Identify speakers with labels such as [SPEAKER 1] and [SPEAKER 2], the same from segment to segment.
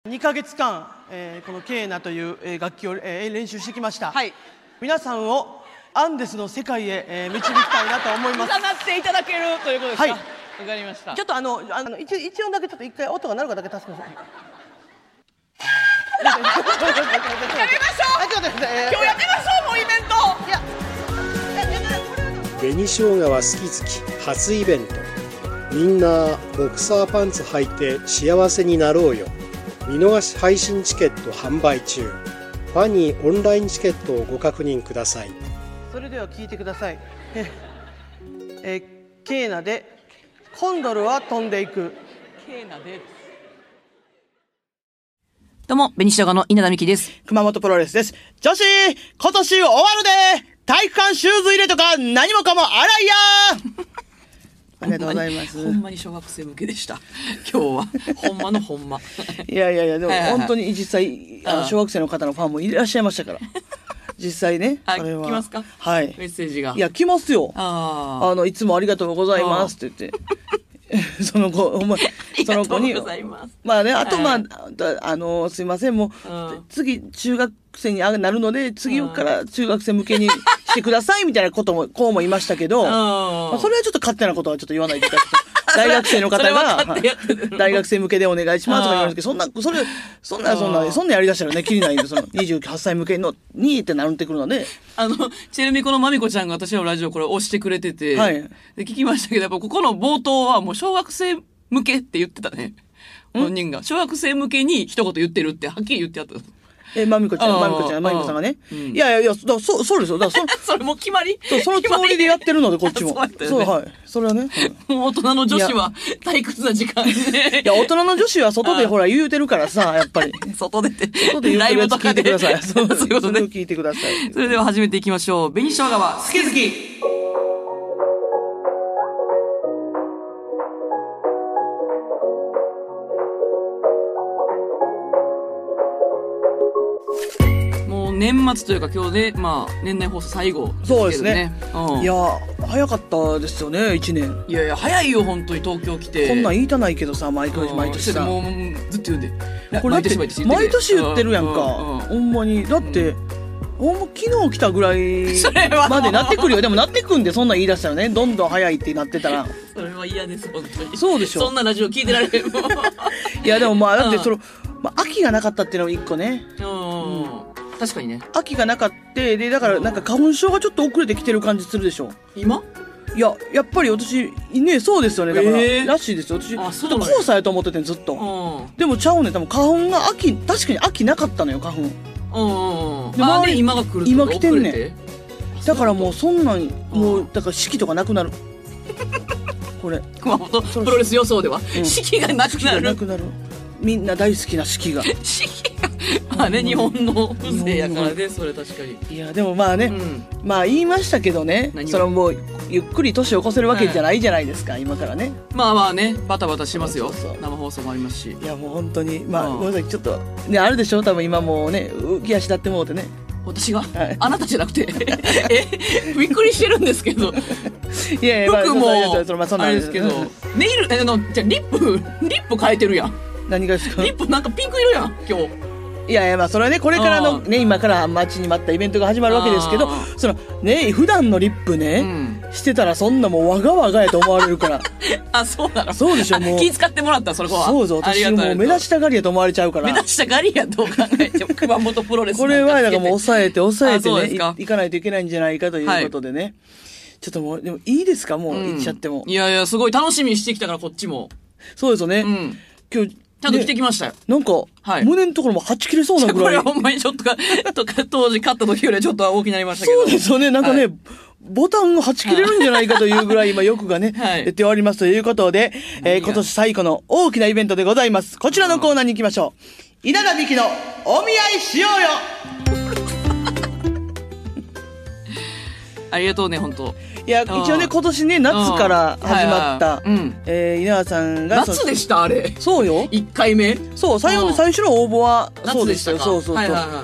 [SPEAKER 1] 2ヶ月間、このケーナという楽器を、練習してきました、
[SPEAKER 2] はい、
[SPEAKER 1] 皆さんをアンデスの世界へ、導きたいなと思います。
[SPEAKER 2] 伺っていただけるということですか。
[SPEAKER 1] はい、
[SPEAKER 2] わかりました。
[SPEAKER 1] ちょっと一音だけちょっと一回音が鳴るかだけ助けます。
[SPEAKER 2] やめましょう。今日やってましょう。もうイベント。いや、
[SPEAKER 3] 紅しょうがは好き好き初イベント。みんなボクサーパンツ履いて幸せになろうよ。見逃し配信チケット販売中。ファニーオンラインチケットをご確認ください。
[SPEAKER 1] それでは聞いてください。ケーナでコンドルは飛んでいく。
[SPEAKER 2] ケーナで。どうも、紅しょうがの稲田美希です。
[SPEAKER 1] 熊本プロレスです。女子、今年終わるで。体育館シューズ入れとか何もかも洗いやありがとうございます。
[SPEAKER 2] ほんまに小学生向けでした。今日はほんまのほんま。
[SPEAKER 1] いやでも本当に実際小学生の方のファンもいらっしゃいましたから。実際ね。それは
[SPEAKER 2] 来ますか。
[SPEAKER 1] はい。
[SPEAKER 2] メッセージが。
[SPEAKER 1] いや来ますよ。いつもありがとうございますって言って。その子にまあね、あとすいません、もう次中学生になるので次から中学生向けにしてくださいみたいなこともこうも言いましたけど、それはちょっと勝手なことはちょっと言わないでいただきたい。大学生の方が大学生向けでお願いしますとか言いますけど、そんなやりだしたらね、きりないんで、その28歳向けのにってなってくるので、
[SPEAKER 2] チェルミコのまみこちゃんが私のラジオこれ押してくれてて、
[SPEAKER 1] はい、
[SPEAKER 2] で聞きましたけど、やっぱここの冒頭はもう小学生向けって言ってたね。本人が小学生向けに一言言ってるってはっきり言ってやった。
[SPEAKER 1] まみこさんがね。いや、そうですよ。
[SPEAKER 2] それも決まり？
[SPEAKER 1] そのつもりでやってるので、こっちも。そう、はい。それはね。
[SPEAKER 2] もう大人の女子は退屈な時間で。
[SPEAKER 1] いや、大人の女子は外でほら言うてるからさ、やっぱり。
[SPEAKER 2] 外でって。
[SPEAKER 1] 外で言うてるやつ聞いてください。そういうことね。聞いてください。
[SPEAKER 2] それでは始めていきましょう。紅しょうがは好き好き。年末というか今日で、年内放送最後ですけどね。そうですね。
[SPEAKER 1] いや、早かったですよね、1年。
[SPEAKER 2] いや、早いよ、本当に東京来て。
[SPEAKER 1] こんなん言いたないけどさ、毎年さ。
[SPEAKER 2] もう、ずっと言うんで。
[SPEAKER 1] これだって、毎年言ってるやんか。ほんまに。だって、ほんま昨日来たぐらいまでなってくるよ。でもなってくんで、そんなん言い出したらね、どんどん早いってなってたら。
[SPEAKER 2] それは嫌です、本当に。
[SPEAKER 1] そうでしょ。
[SPEAKER 2] そんなラジオ聞いてられる。
[SPEAKER 1] いや、でもだって秋がなかったっていうのも一個ね。
[SPEAKER 2] 確かにね。
[SPEAKER 1] 秋がなかった。で、だからなんか花粉症がちょっと遅れてきてる感じするでしょ。
[SPEAKER 2] 今？
[SPEAKER 1] いや、やっぱり私、ね、そうですよね。だから、らしいですよ。私、黄砂やと思っててずっと。でもちゃうねん。多分花粉が確かに秋なかったのよ、花粉。
[SPEAKER 2] で、今が来る。
[SPEAKER 1] 今来てんねん。だからもうそんなん、だから四季とかなくなる。これ。
[SPEAKER 2] 熊本プロレス予想では、四季がなくなる。
[SPEAKER 1] みんな大好きな四季が。
[SPEAKER 2] 四季が日本の風情やからね、それ確かに。
[SPEAKER 1] いや、でもね、言いましたけどね、それもうゆっくり年を越せるわけじゃないじゃないですか、今からね。
[SPEAKER 2] ね、バタバタしますよ。生放送もありますし。
[SPEAKER 1] いや、もう本当に、ごめんなさい、ちょっとね、あるでしょ、多分今もうね、浮き足立ってもうてね。
[SPEAKER 2] 私が、あなたじゃなくてびっくりしてるんですけど。
[SPEAKER 1] いやいや、
[SPEAKER 2] 服もあれですけど、ネイルじゃリップ変えてるやん。
[SPEAKER 1] 何がですか？
[SPEAKER 2] リップなんかピンク色やん、今日。
[SPEAKER 1] いや、それはね、これからのね、今から待ちに待ったイベントが始まるわけですけど、普段のリップね、してたらそんなもうわがわがやと思われるから。
[SPEAKER 2] そうなの？
[SPEAKER 1] そうでしょ、もう。
[SPEAKER 2] 気遣ってもらった、それは。
[SPEAKER 1] そうぞ、私もう目立ちたがりやと思われちゃうから。
[SPEAKER 2] 目立ちたがりやどう考えても、熊本プロレス。
[SPEAKER 1] これは、だからもう抑えてね、いかないといけないんじゃないかということでね。ちょっともう、でもいいですか、もう行っちゃっても。
[SPEAKER 2] いや、すごい楽しみにしてきたから、こっちも。
[SPEAKER 1] そうですよね。今日、
[SPEAKER 2] ちゃんと着てきましたよ。
[SPEAKER 1] なんか、胸のところもはち切れそうなぐらい。
[SPEAKER 2] これはほんまにちょっと当時買った時よりはちょっと大きくなりましたけど。
[SPEAKER 1] そうですよね。なんかね、ボタンがはち切れるんじゃないかというぐらい今欲がね、出ておりますということで、今年最後の大きなイベントでございます。こちらのコーナーに行きましょう。稲田美希のお見合いしようよ。
[SPEAKER 2] ありがとうね、本当。
[SPEAKER 1] いや、一応ね、今年ね、夏から始まった、稲田さんが。
[SPEAKER 2] 夏でした、あれ。
[SPEAKER 1] そうよ。
[SPEAKER 2] 1回目。
[SPEAKER 1] そう、最初の応募は、
[SPEAKER 2] そうでした。
[SPEAKER 1] そう。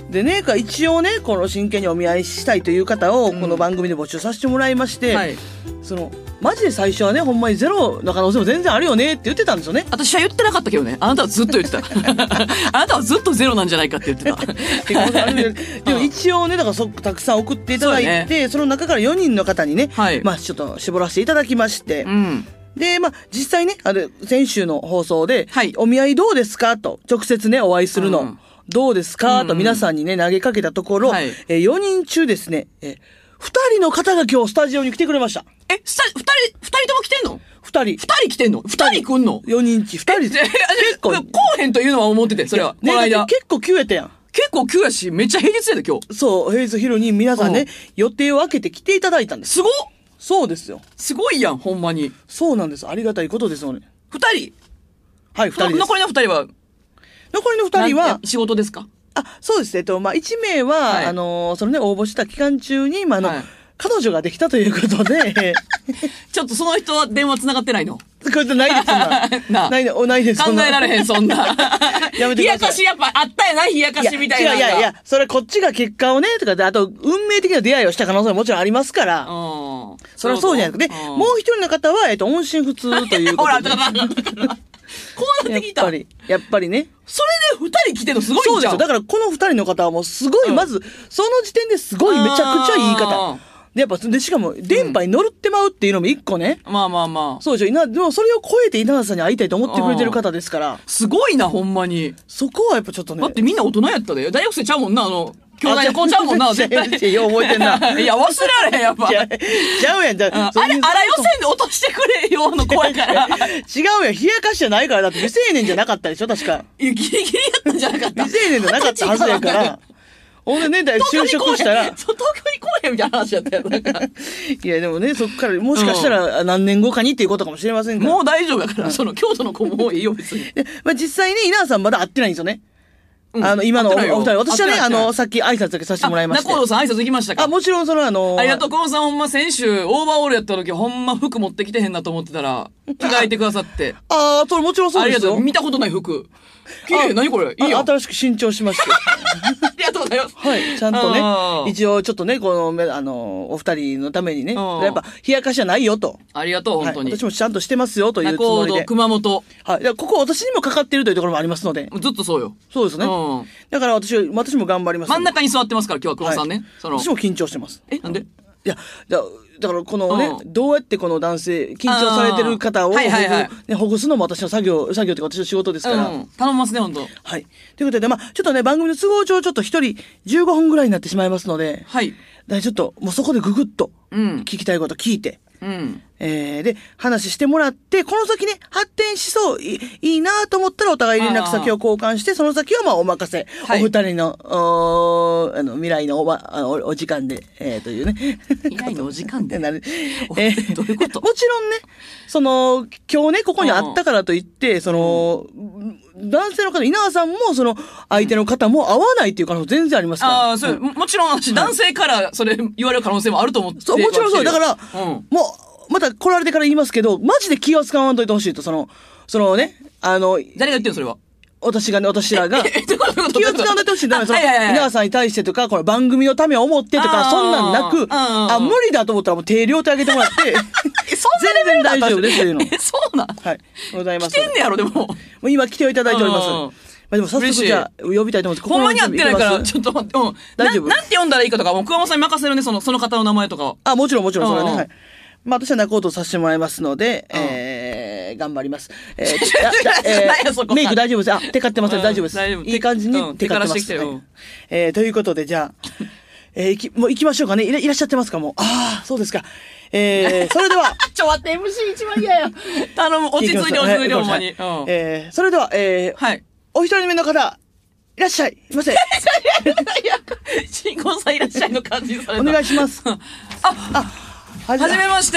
[SPEAKER 1] でね、一応ね、この真剣にお見合いしたいという方を、この番組で募集させてもらいまして、はい、マジで最初はね、ほんまにゼロの可能性も全然あるよねって言ってたんですよね。
[SPEAKER 2] 私は言ってなかったけどね。あなたはずっと言ってた。あなたはずっとゼロなんじゃないかって言ってた。
[SPEAKER 1] でも一応ね、だからたくさん送っていただいて、その中から4人の方にね、はい、ちょっと絞らせていただきまして、で、実際ね、先週の放送で、はい、お見合いどうですかと、直接ね、お会いするの、どうですかと皆さんにね、投げかけたところ、はい、4人中ですね、2人の方が今日スタジオに来てくれました。
[SPEAKER 2] 2人とも来てんの
[SPEAKER 1] ？2人来てんの？
[SPEAKER 2] 2人来んの？
[SPEAKER 1] 4人中2人。結
[SPEAKER 2] 構。こうへんというのは思ってて、それは。
[SPEAKER 1] ね、この間。結構急やったやん。
[SPEAKER 2] 結構急やし、めっちゃ平日やで、今日。
[SPEAKER 1] そう、平日昼に皆さんね、予定を空けて来ていただいたんです。
[SPEAKER 2] すごっ！
[SPEAKER 1] そうですよ。
[SPEAKER 2] すごいやん、ほんまに。
[SPEAKER 1] そうなんです。ありがたいことですよね。
[SPEAKER 2] 2人？
[SPEAKER 1] はい、2人です。
[SPEAKER 2] 残りの2人は？
[SPEAKER 1] 残りの2人は、
[SPEAKER 2] 仕事ですか？
[SPEAKER 1] そうです。1名は、はい、応募した期間中に、はい、彼女ができたということで。
[SPEAKER 2] ちょっとその人は電話繋がってないの？
[SPEAKER 1] これないです、そんな。ないです、
[SPEAKER 2] 考えられへん、そんな。やめてください。冷やかしやっぱあったやな、冷やかしみたいな。
[SPEAKER 1] いや、それこっちが結果をね、とかで、あと、運命的な出会いをした可能性ももちろんありますから。それはそうじゃなくて、もう一人の方は、音信不通ということで。
[SPEAKER 2] ほら、こうなってきた。
[SPEAKER 1] やっぱりね。
[SPEAKER 2] それで2人来てるのすごいんじゃん。
[SPEAKER 1] そうですよ。だからこの2人の方はもうすごい、まず、その時点ですごいめちゃくちゃいい方。で、やっぱ、しかも、電波に乗ってまうっていうのも一個ね。
[SPEAKER 2] まあ。
[SPEAKER 1] そうでしょ。でもそれを超えて稲田さんに会いたいと思ってくれてる方ですから。
[SPEAKER 2] すごいな、ほんまに。
[SPEAKER 1] そこはやっぱちょっとね。
[SPEAKER 2] だってみんな大人やったで。大学生ちゃうもんな、兄弟の子ちゃうもんな、絶対。
[SPEAKER 1] いや、覚えてんな。
[SPEAKER 2] いや、忘れられへん、やっぱ。
[SPEAKER 1] ちゃうやん。
[SPEAKER 2] あれ、予選で落としてくれよ、の子やから。
[SPEAKER 1] 違うやん。冷やかしじゃないから。だって未成年じゃなかったでしょ、確か。
[SPEAKER 2] いや、ギリギリやったんじゃなかった。
[SPEAKER 1] 未成年じゃなかったはずやから。ほんでね、就職したら。
[SPEAKER 2] 東京に来へんみたいな話やったよ。
[SPEAKER 1] いや、でもね、そっから、もしかしたら何年後かにっていうことかもしれませんから。
[SPEAKER 2] もう大丈夫やから、京都の子もいいよ、別に。
[SPEAKER 1] 実際ね、稲田さんまだ会ってないんですよね。今のお二人。私はね、さっき挨拶だけさせてもらいました。
[SPEAKER 2] 中尾さん挨拶行きましたか？
[SPEAKER 1] もちろん
[SPEAKER 2] ありがとう、久保さんほんま先週、オーバーオールやった時ほんま服持ってきてへんなと思ってたら、着替えてくださって。
[SPEAKER 1] それもちろんそうですよ。
[SPEAKER 2] ありがとう。見たことない服。綺麗、何これ？いいよ。
[SPEAKER 1] 新しく新調しました。
[SPEAKER 2] ありがとうございます。
[SPEAKER 1] はい。ちゃんとね、一応ちょっとね、お二人のためにね、やっぱ、冷やかしじゃないよと。
[SPEAKER 2] ありがとう、本当に。
[SPEAKER 1] 私もちゃんとしてますよというつもりで。
[SPEAKER 2] 熊本。
[SPEAKER 1] はい。ここ私にもかかってるというところもありますので。
[SPEAKER 2] ずっとそうよ。
[SPEAKER 1] そうですね。だから私も頑張ります。
[SPEAKER 2] 真ん中に座ってますから、今日は久保さんね。
[SPEAKER 1] 私も緊張してます。
[SPEAKER 2] なんで？
[SPEAKER 1] いや、だからこのね、どうやってこの男性、緊張されてる方をほぐすのも私の作業というか私の仕事ですから。
[SPEAKER 2] 頼みますね、本当。
[SPEAKER 1] はい。ということで、ちょっとね、番組の都合上ちょっと一人15分ぐらいになってしまいますので、
[SPEAKER 2] はい。
[SPEAKER 1] ちょっともうそこでググッと聞きたいこと聞いて、で、話してもらって、この先ね、発展しそう、いいなと思ったらお互い連絡先を交換して、その先はお任せ。お二人の、未来のお時間で、というね。
[SPEAKER 2] 未来のお時間で
[SPEAKER 1] なる。
[SPEAKER 2] どういうこと？
[SPEAKER 1] もちろんね、今日ね、ここにあったからといって、男性の方、稲川さんも、相手の方も会わないっていう可能性全然ありますから。
[SPEAKER 2] もちろん私、男性からそれ言われる可能性もあると思って。
[SPEAKER 1] そう、もちろんそう。だから、もう、また来られてから言いますけど、マジで気を使わんといてほしいと、ね、
[SPEAKER 2] 誰が言ってんのそれは。
[SPEAKER 1] 私らが。気を使わんといてほしい。だから稲川さんに対してとか、この番組のためを思ってとか、そんなんなく、無理だと思ったらもう手両手上げてもらって、全然大丈夫ですというの。
[SPEAKER 2] そうなん？
[SPEAKER 1] はい。ございます。
[SPEAKER 2] 来てんねやろ、でも。
[SPEAKER 1] もう今来ていただいております。でも早速じゃあ呼びたいと思うんです。
[SPEAKER 2] ほんまに会ってないから、ちょっと待って、大丈夫。なんて呼んだらいいかとか、もう桑本さんに任せるね、その方の名前とか。
[SPEAKER 1] もちろん、それはね。はい。私は仲人させてもらいますので、頑張ります。メイク大丈夫です。テカってます。大丈夫です。いい感じにテカってます。ということで、じゃあ、もう行きましょうかね。いらっしゃってますかもう。そうですか。それでは。
[SPEAKER 2] ちょ、待って、MC 一番嫌や。頼む、落ち着いて、ほんまに。
[SPEAKER 1] それでは、
[SPEAKER 2] はい。
[SPEAKER 1] お一人目の方、いらっしゃい。いません。
[SPEAKER 2] 新婚さんいらっしゃいの感じされた。
[SPEAKER 1] お願いします。
[SPEAKER 2] はじめまして。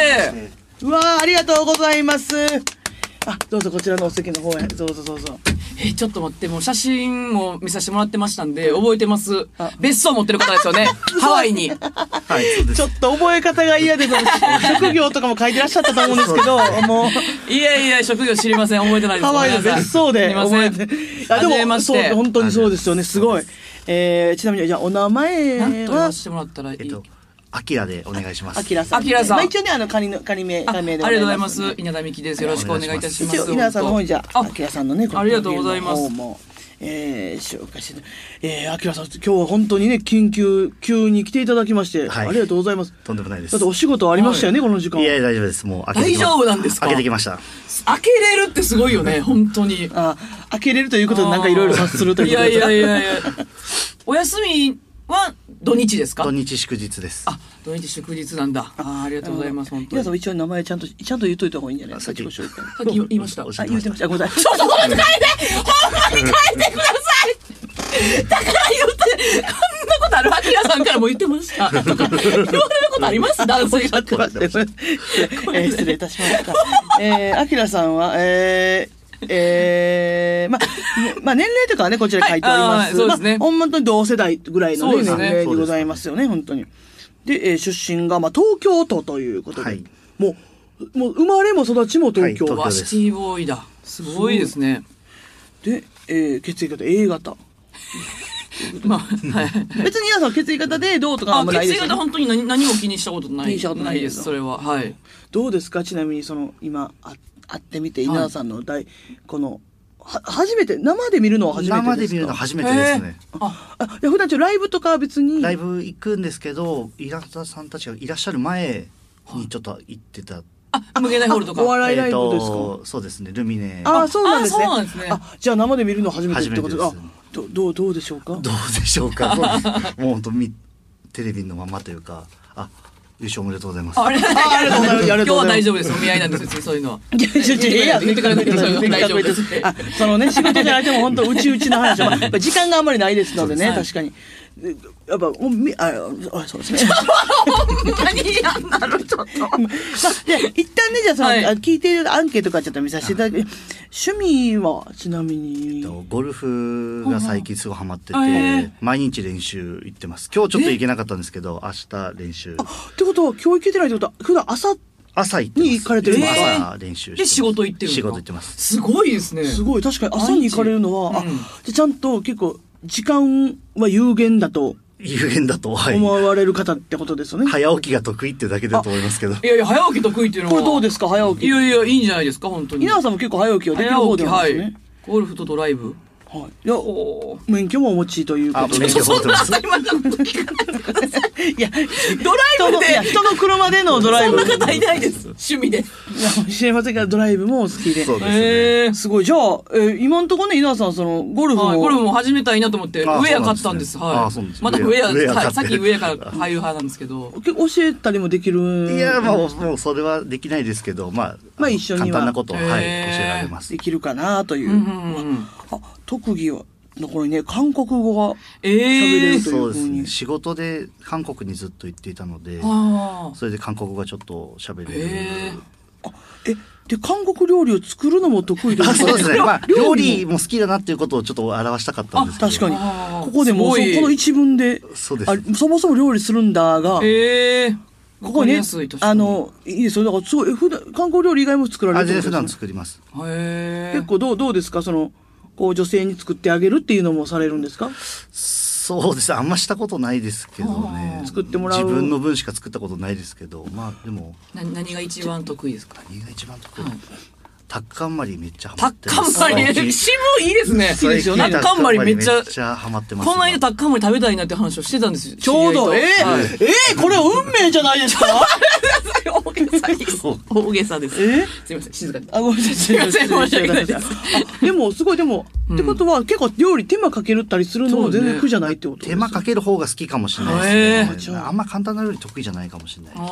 [SPEAKER 1] うわー、ありがとうございます。どうぞこちらのお席の方へ。どうぞ。
[SPEAKER 2] ちょっと待って、もう写真を見させてもらってましたんで、覚えてます。別荘持ってる方ですよね。ハワイに。はい、
[SPEAKER 1] そうです。ちょっと覚え方が嫌で、職業とかも書いてらっしゃったと思うんですけど、もう。
[SPEAKER 2] いや、職業知りません。覚えてないです。
[SPEAKER 1] ハワイの別荘で
[SPEAKER 2] 覚えて。
[SPEAKER 1] でも、そう、本当にそうですよね。すごい。 ちなみに、じゃあ、お名前は
[SPEAKER 2] 何と言わせてもらったらいい？
[SPEAKER 4] アキラでお願いします。
[SPEAKER 1] アキラさん。
[SPEAKER 2] アキラさん。
[SPEAKER 1] まあ、一応ね、仮名で
[SPEAKER 2] ありがとうございます。稲田美希です。よろしくお願いいたします。
[SPEAKER 1] 一応、稲田さんの方にじゃあ、アキラさんのね、
[SPEAKER 2] ありがとうございます。
[SPEAKER 1] 紹介して、アキラさん、今日は本当にね、急に来ていただきまして、
[SPEAKER 4] はい、
[SPEAKER 1] ありがとうございます。
[SPEAKER 4] とんでもないです。
[SPEAKER 1] だってお仕事ありましたよね、この時間。
[SPEAKER 4] いや、大丈夫です。もう
[SPEAKER 2] 大丈夫なんですか？
[SPEAKER 4] 開けてきました。
[SPEAKER 2] 開けれるってすごいよね、本当に。
[SPEAKER 1] 開けれるということで、なんかいろいろ察するということで。
[SPEAKER 2] いや。お休みは土日ですか？
[SPEAKER 4] 土日祝日です。
[SPEAKER 2] 土日祝日なんだ。ありがとうございます。本当に。
[SPEAKER 1] 皆さん一応名前ちゃんと言っといた方がいいんじゃないですか？
[SPEAKER 2] さっき言いました。
[SPEAKER 1] 言ってました。ごめんなさい。
[SPEAKER 2] ちょっと変えて、ほんまに変えてください。だから言って、こんなことある？アキラさんからも言ってました。とか言われることあります？男性が。
[SPEAKER 1] 失礼いたしました。アキラさんは、まあ年齢とかはね、こちら書いております。
[SPEAKER 2] そうですね。
[SPEAKER 1] 本当に同世代ぐらいのね、年齢でございますよね、本当に。で、出身が、東京都ということで、もう生まれも育ちも東京。
[SPEAKER 2] シティボーイだ。すごいですね。
[SPEAKER 1] で、血液型 A 型。別に皆さん血液型でどうとかあんまないですよね。
[SPEAKER 2] 血液型本当に何も気にしたことないです。それは。はい。
[SPEAKER 1] どうですか？ちなみに今会ってみて稲田さんのこの初めて生で見るのは初めてですか？
[SPEAKER 4] 生で見るのは初めてですね。
[SPEAKER 1] いや普段ライブとかは別に
[SPEAKER 4] ライブ行くんですけど、稲田さんたちがいらっしゃる前にちょっと行ってた。
[SPEAKER 2] 無限大ホールとか。
[SPEAKER 1] お笑いライブですか？
[SPEAKER 4] そうですね。ルミネ。
[SPEAKER 1] そうなんですね。
[SPEAKER 2] そうなんですね。
[SPEAKER 1] じゃあ生で見るのは初めてってことです。どうでしょうか？
[SPEAKER 4] どうでしょうか。もう本当テレビのままというか、優勝おめでとうございます。
[SPEAKER 2] ありがとうございます。今日は大丈夫です。お見合いなんです。そういうのは。言ってから大丈夫です。
[SPEAKER 1] そのね、仕事じゃなくても本当うちの話は、時間があんまりないですのでね、確かに。やっぱ、そうですね。
[SPEAKER 2] 何やんなるちょっと。
[SPEAKER 1] 一旦ね、じゃあ聞いているアンケートからちょっと見させていただき、趣味はちなみに
[SPEAKER 4] ゴルフが最近すごいハマってて、毎日練習行ってます。今日ちょっと行けなかったんですけど、明日練習。
[SPEAKER 1] ってことは今日行けてないってことは、普段朝行かれてるんですか？
[SPEAKER 4] 朝練習して
[SPEAKER 2] で仕事行ってるんですか？
[SPEAKER 4] 仕事行ってます。
[SPEAKER 2] すごいですね。
[SPEAKER 1] すごい。確かに朝に行かれるのは、ちゃんと結構時間は有限だと思われる方ってことですよね。
[SPEAKER 4] 早起きが得意っていうだけだと思いますけど。
[SPEAKER 2] いや早起き得意っていうのは。
[SPEAKER 1] これどうですか？早起き。
[SPEAKER 2] いやいいんじゃないですか本当に。
[SPEAKER 1] 稲田さんも結構早起きはできる方でなんですね。
[SPEAKER 2] ゴルフとドライブ。
[SPEAKER 1] はい。いや、免許もお持ちということで。
[SPEAKER 4] 免許持ってます。
[SPEAKER 1] いや、ドライブで人の車でのドライブ。
[SPEAKER 2] そんな方いないです。趣味で。い
[SPEAKER 1] や、知りませんが、ドライブも好きで。
[SPEAKER 4] そうですね。
[SPEAKER 1] すごい。じゃあ、今んところね、稲田さん、ゴルフ
[SPEAKER 2] も始めたいなと思って、ウェア買ったんです。はい。またウェア、さっきウェアから入る派なんですけど。
[SPEAKER 1] 結構教えたりもできる？
[SPEAKER 4] いや、もうそれはできないですけど、
[SPEAKER 1] 一緒には。
[SPEAKER 4] 簡単なことを、教えられます。
[SPEAKER 1] できるかなという。特技は、これね、韓国語が喋れるという
[SPEAKER 4] そうですね。仕事で韓国にずっと行っていたので、それで韓国語がちょっと喋れる。
[SPEAKER 1] で、韓国料理を作るのも得意ですか？
[SPEAKER 4] そうですね。料理も好きだなっていうことをちょっと表したかったんですけど。
[SPEAKER 1] 確かに。ここでもこの一文で、そもそも料理するんだが、ここね、いいですよ。だからすごい、韓国料理以外も作られる。
[SPEAKER 4] 普段作ります。
[SPEAKER 1] 結構どうですか？女性に作ってあげるっていうのもされるんですか？
[SPEAKER 4] そうですね。あんましたことないですけどね。
[SPEAKER 1] 作ってもらう。
[SPEAKER 4] 自分の分しか作ったことないですけど、でも。
[SPEAKER 2] 何が一番得意ですか？
[SPEAKER 4] 何が一番得意？タッカンマリめっちゃハ
[SPEAKER 2] マってます。タッカンマリ、渋いいですね。
[SPEAKER 1] 好きですよね。
[SPEAKER 2] タッカンマリめっち
[SPEAKER 4] ゃハマってます。
[SPEAKER 2] この間タッカンマリ食べたいなって話をしてたんですよ。
[SPEAKER 1] ちょうど、これ運命じゃないですか？
[SPEAKER 2] 大げさです。すいません、静かに。
[SPEAKER 1] ごめんなさい。
[SPEAKER 2] すいません、申し訳ないです。
[SPEAKER 1] でも、すごい、ってことは結構料理手間かけるったりするのも全然苦じゃないってことです
[SPEAKER 4] 手間かける方が好きかもしれないですね。あんま簡単な料理得意じゃないかもしれない。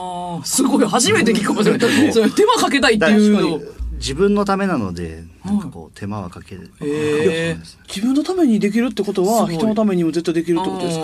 [SPEAKER 2] すごい、初めて聞くかもしれない。手間かけたいっていうの。
[SPEAKER 4] 自分のためなので、手間はかける。
[SPEAKER 1] 自分のためにできるってことは、人のためにも絶対できるってことですから。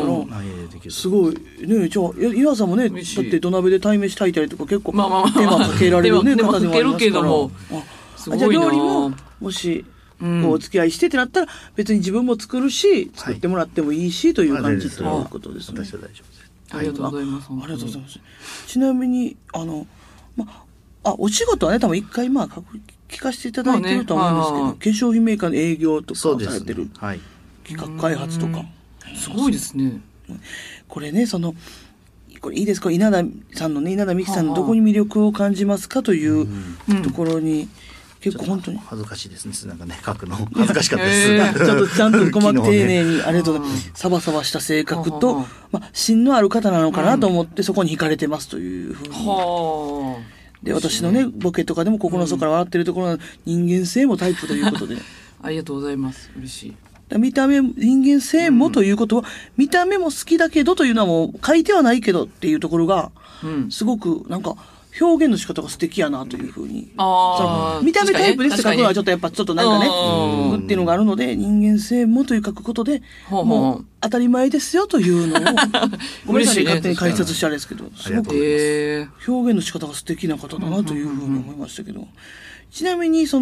[SPEAKER 1] すごい。ね、じゃあ、岩さんもね、だって土鍋で鯛めし炊いたりとか結構手間かけられるね、方でもありますから。じゃあ料理も、もし、お付き合いしてってなったら、別に自分も作るし、作ってもらってもいいし、という感じということですね。
[SPEAKER 4] 私は大丈夫です。
[SPEAKER 2] ありがとうございます。
[SPEAKER 1] ありがとうございます。ちなみに、お仕事はね、多分一回聞かせていただいてると思うんですけど、化粧品メーカーの営業とかされてる。企画開発とか。
[SPEAKER 2] すごいですね。
[SPEAKER 1] これね、これいいですか、稲田さんのね、稲田美希さんのどこに魅力を感じますかというところに、結構本当に
[SPEAKER 4] 恥ずかしいですね。なんかね、書くの恥ずかしかったです。
[SPEAKER 1] ちょっとちゃんと細かく丁寧に、ありがとうございます。サバサバした性格と、芯のある方なのかなと思って、そこに惹かれてますというふうに。で、私のね、ボケとかでも心の底から笑ってるところの人間性もタイプということで。
[SPEAKER 2] ありがとうございます。嬉しい。
[SPEAKER 1] 見た目、人間性もということは、見た目も好きだけどというのはもう書いてはないけどっていうところが、すごくなんか表現の仕方が素敵やなというふうに。見た目タイプですって書くのはちょっとやっぱちょっとなんかね、っていうのがあるので、人間性もという書くことで、もう当たり前ですよというのを、ごめんなさい、勝手に解説してあれですけど、すごく表現の仕方が素敵な方だなというふうに思いましたけど、ちなみに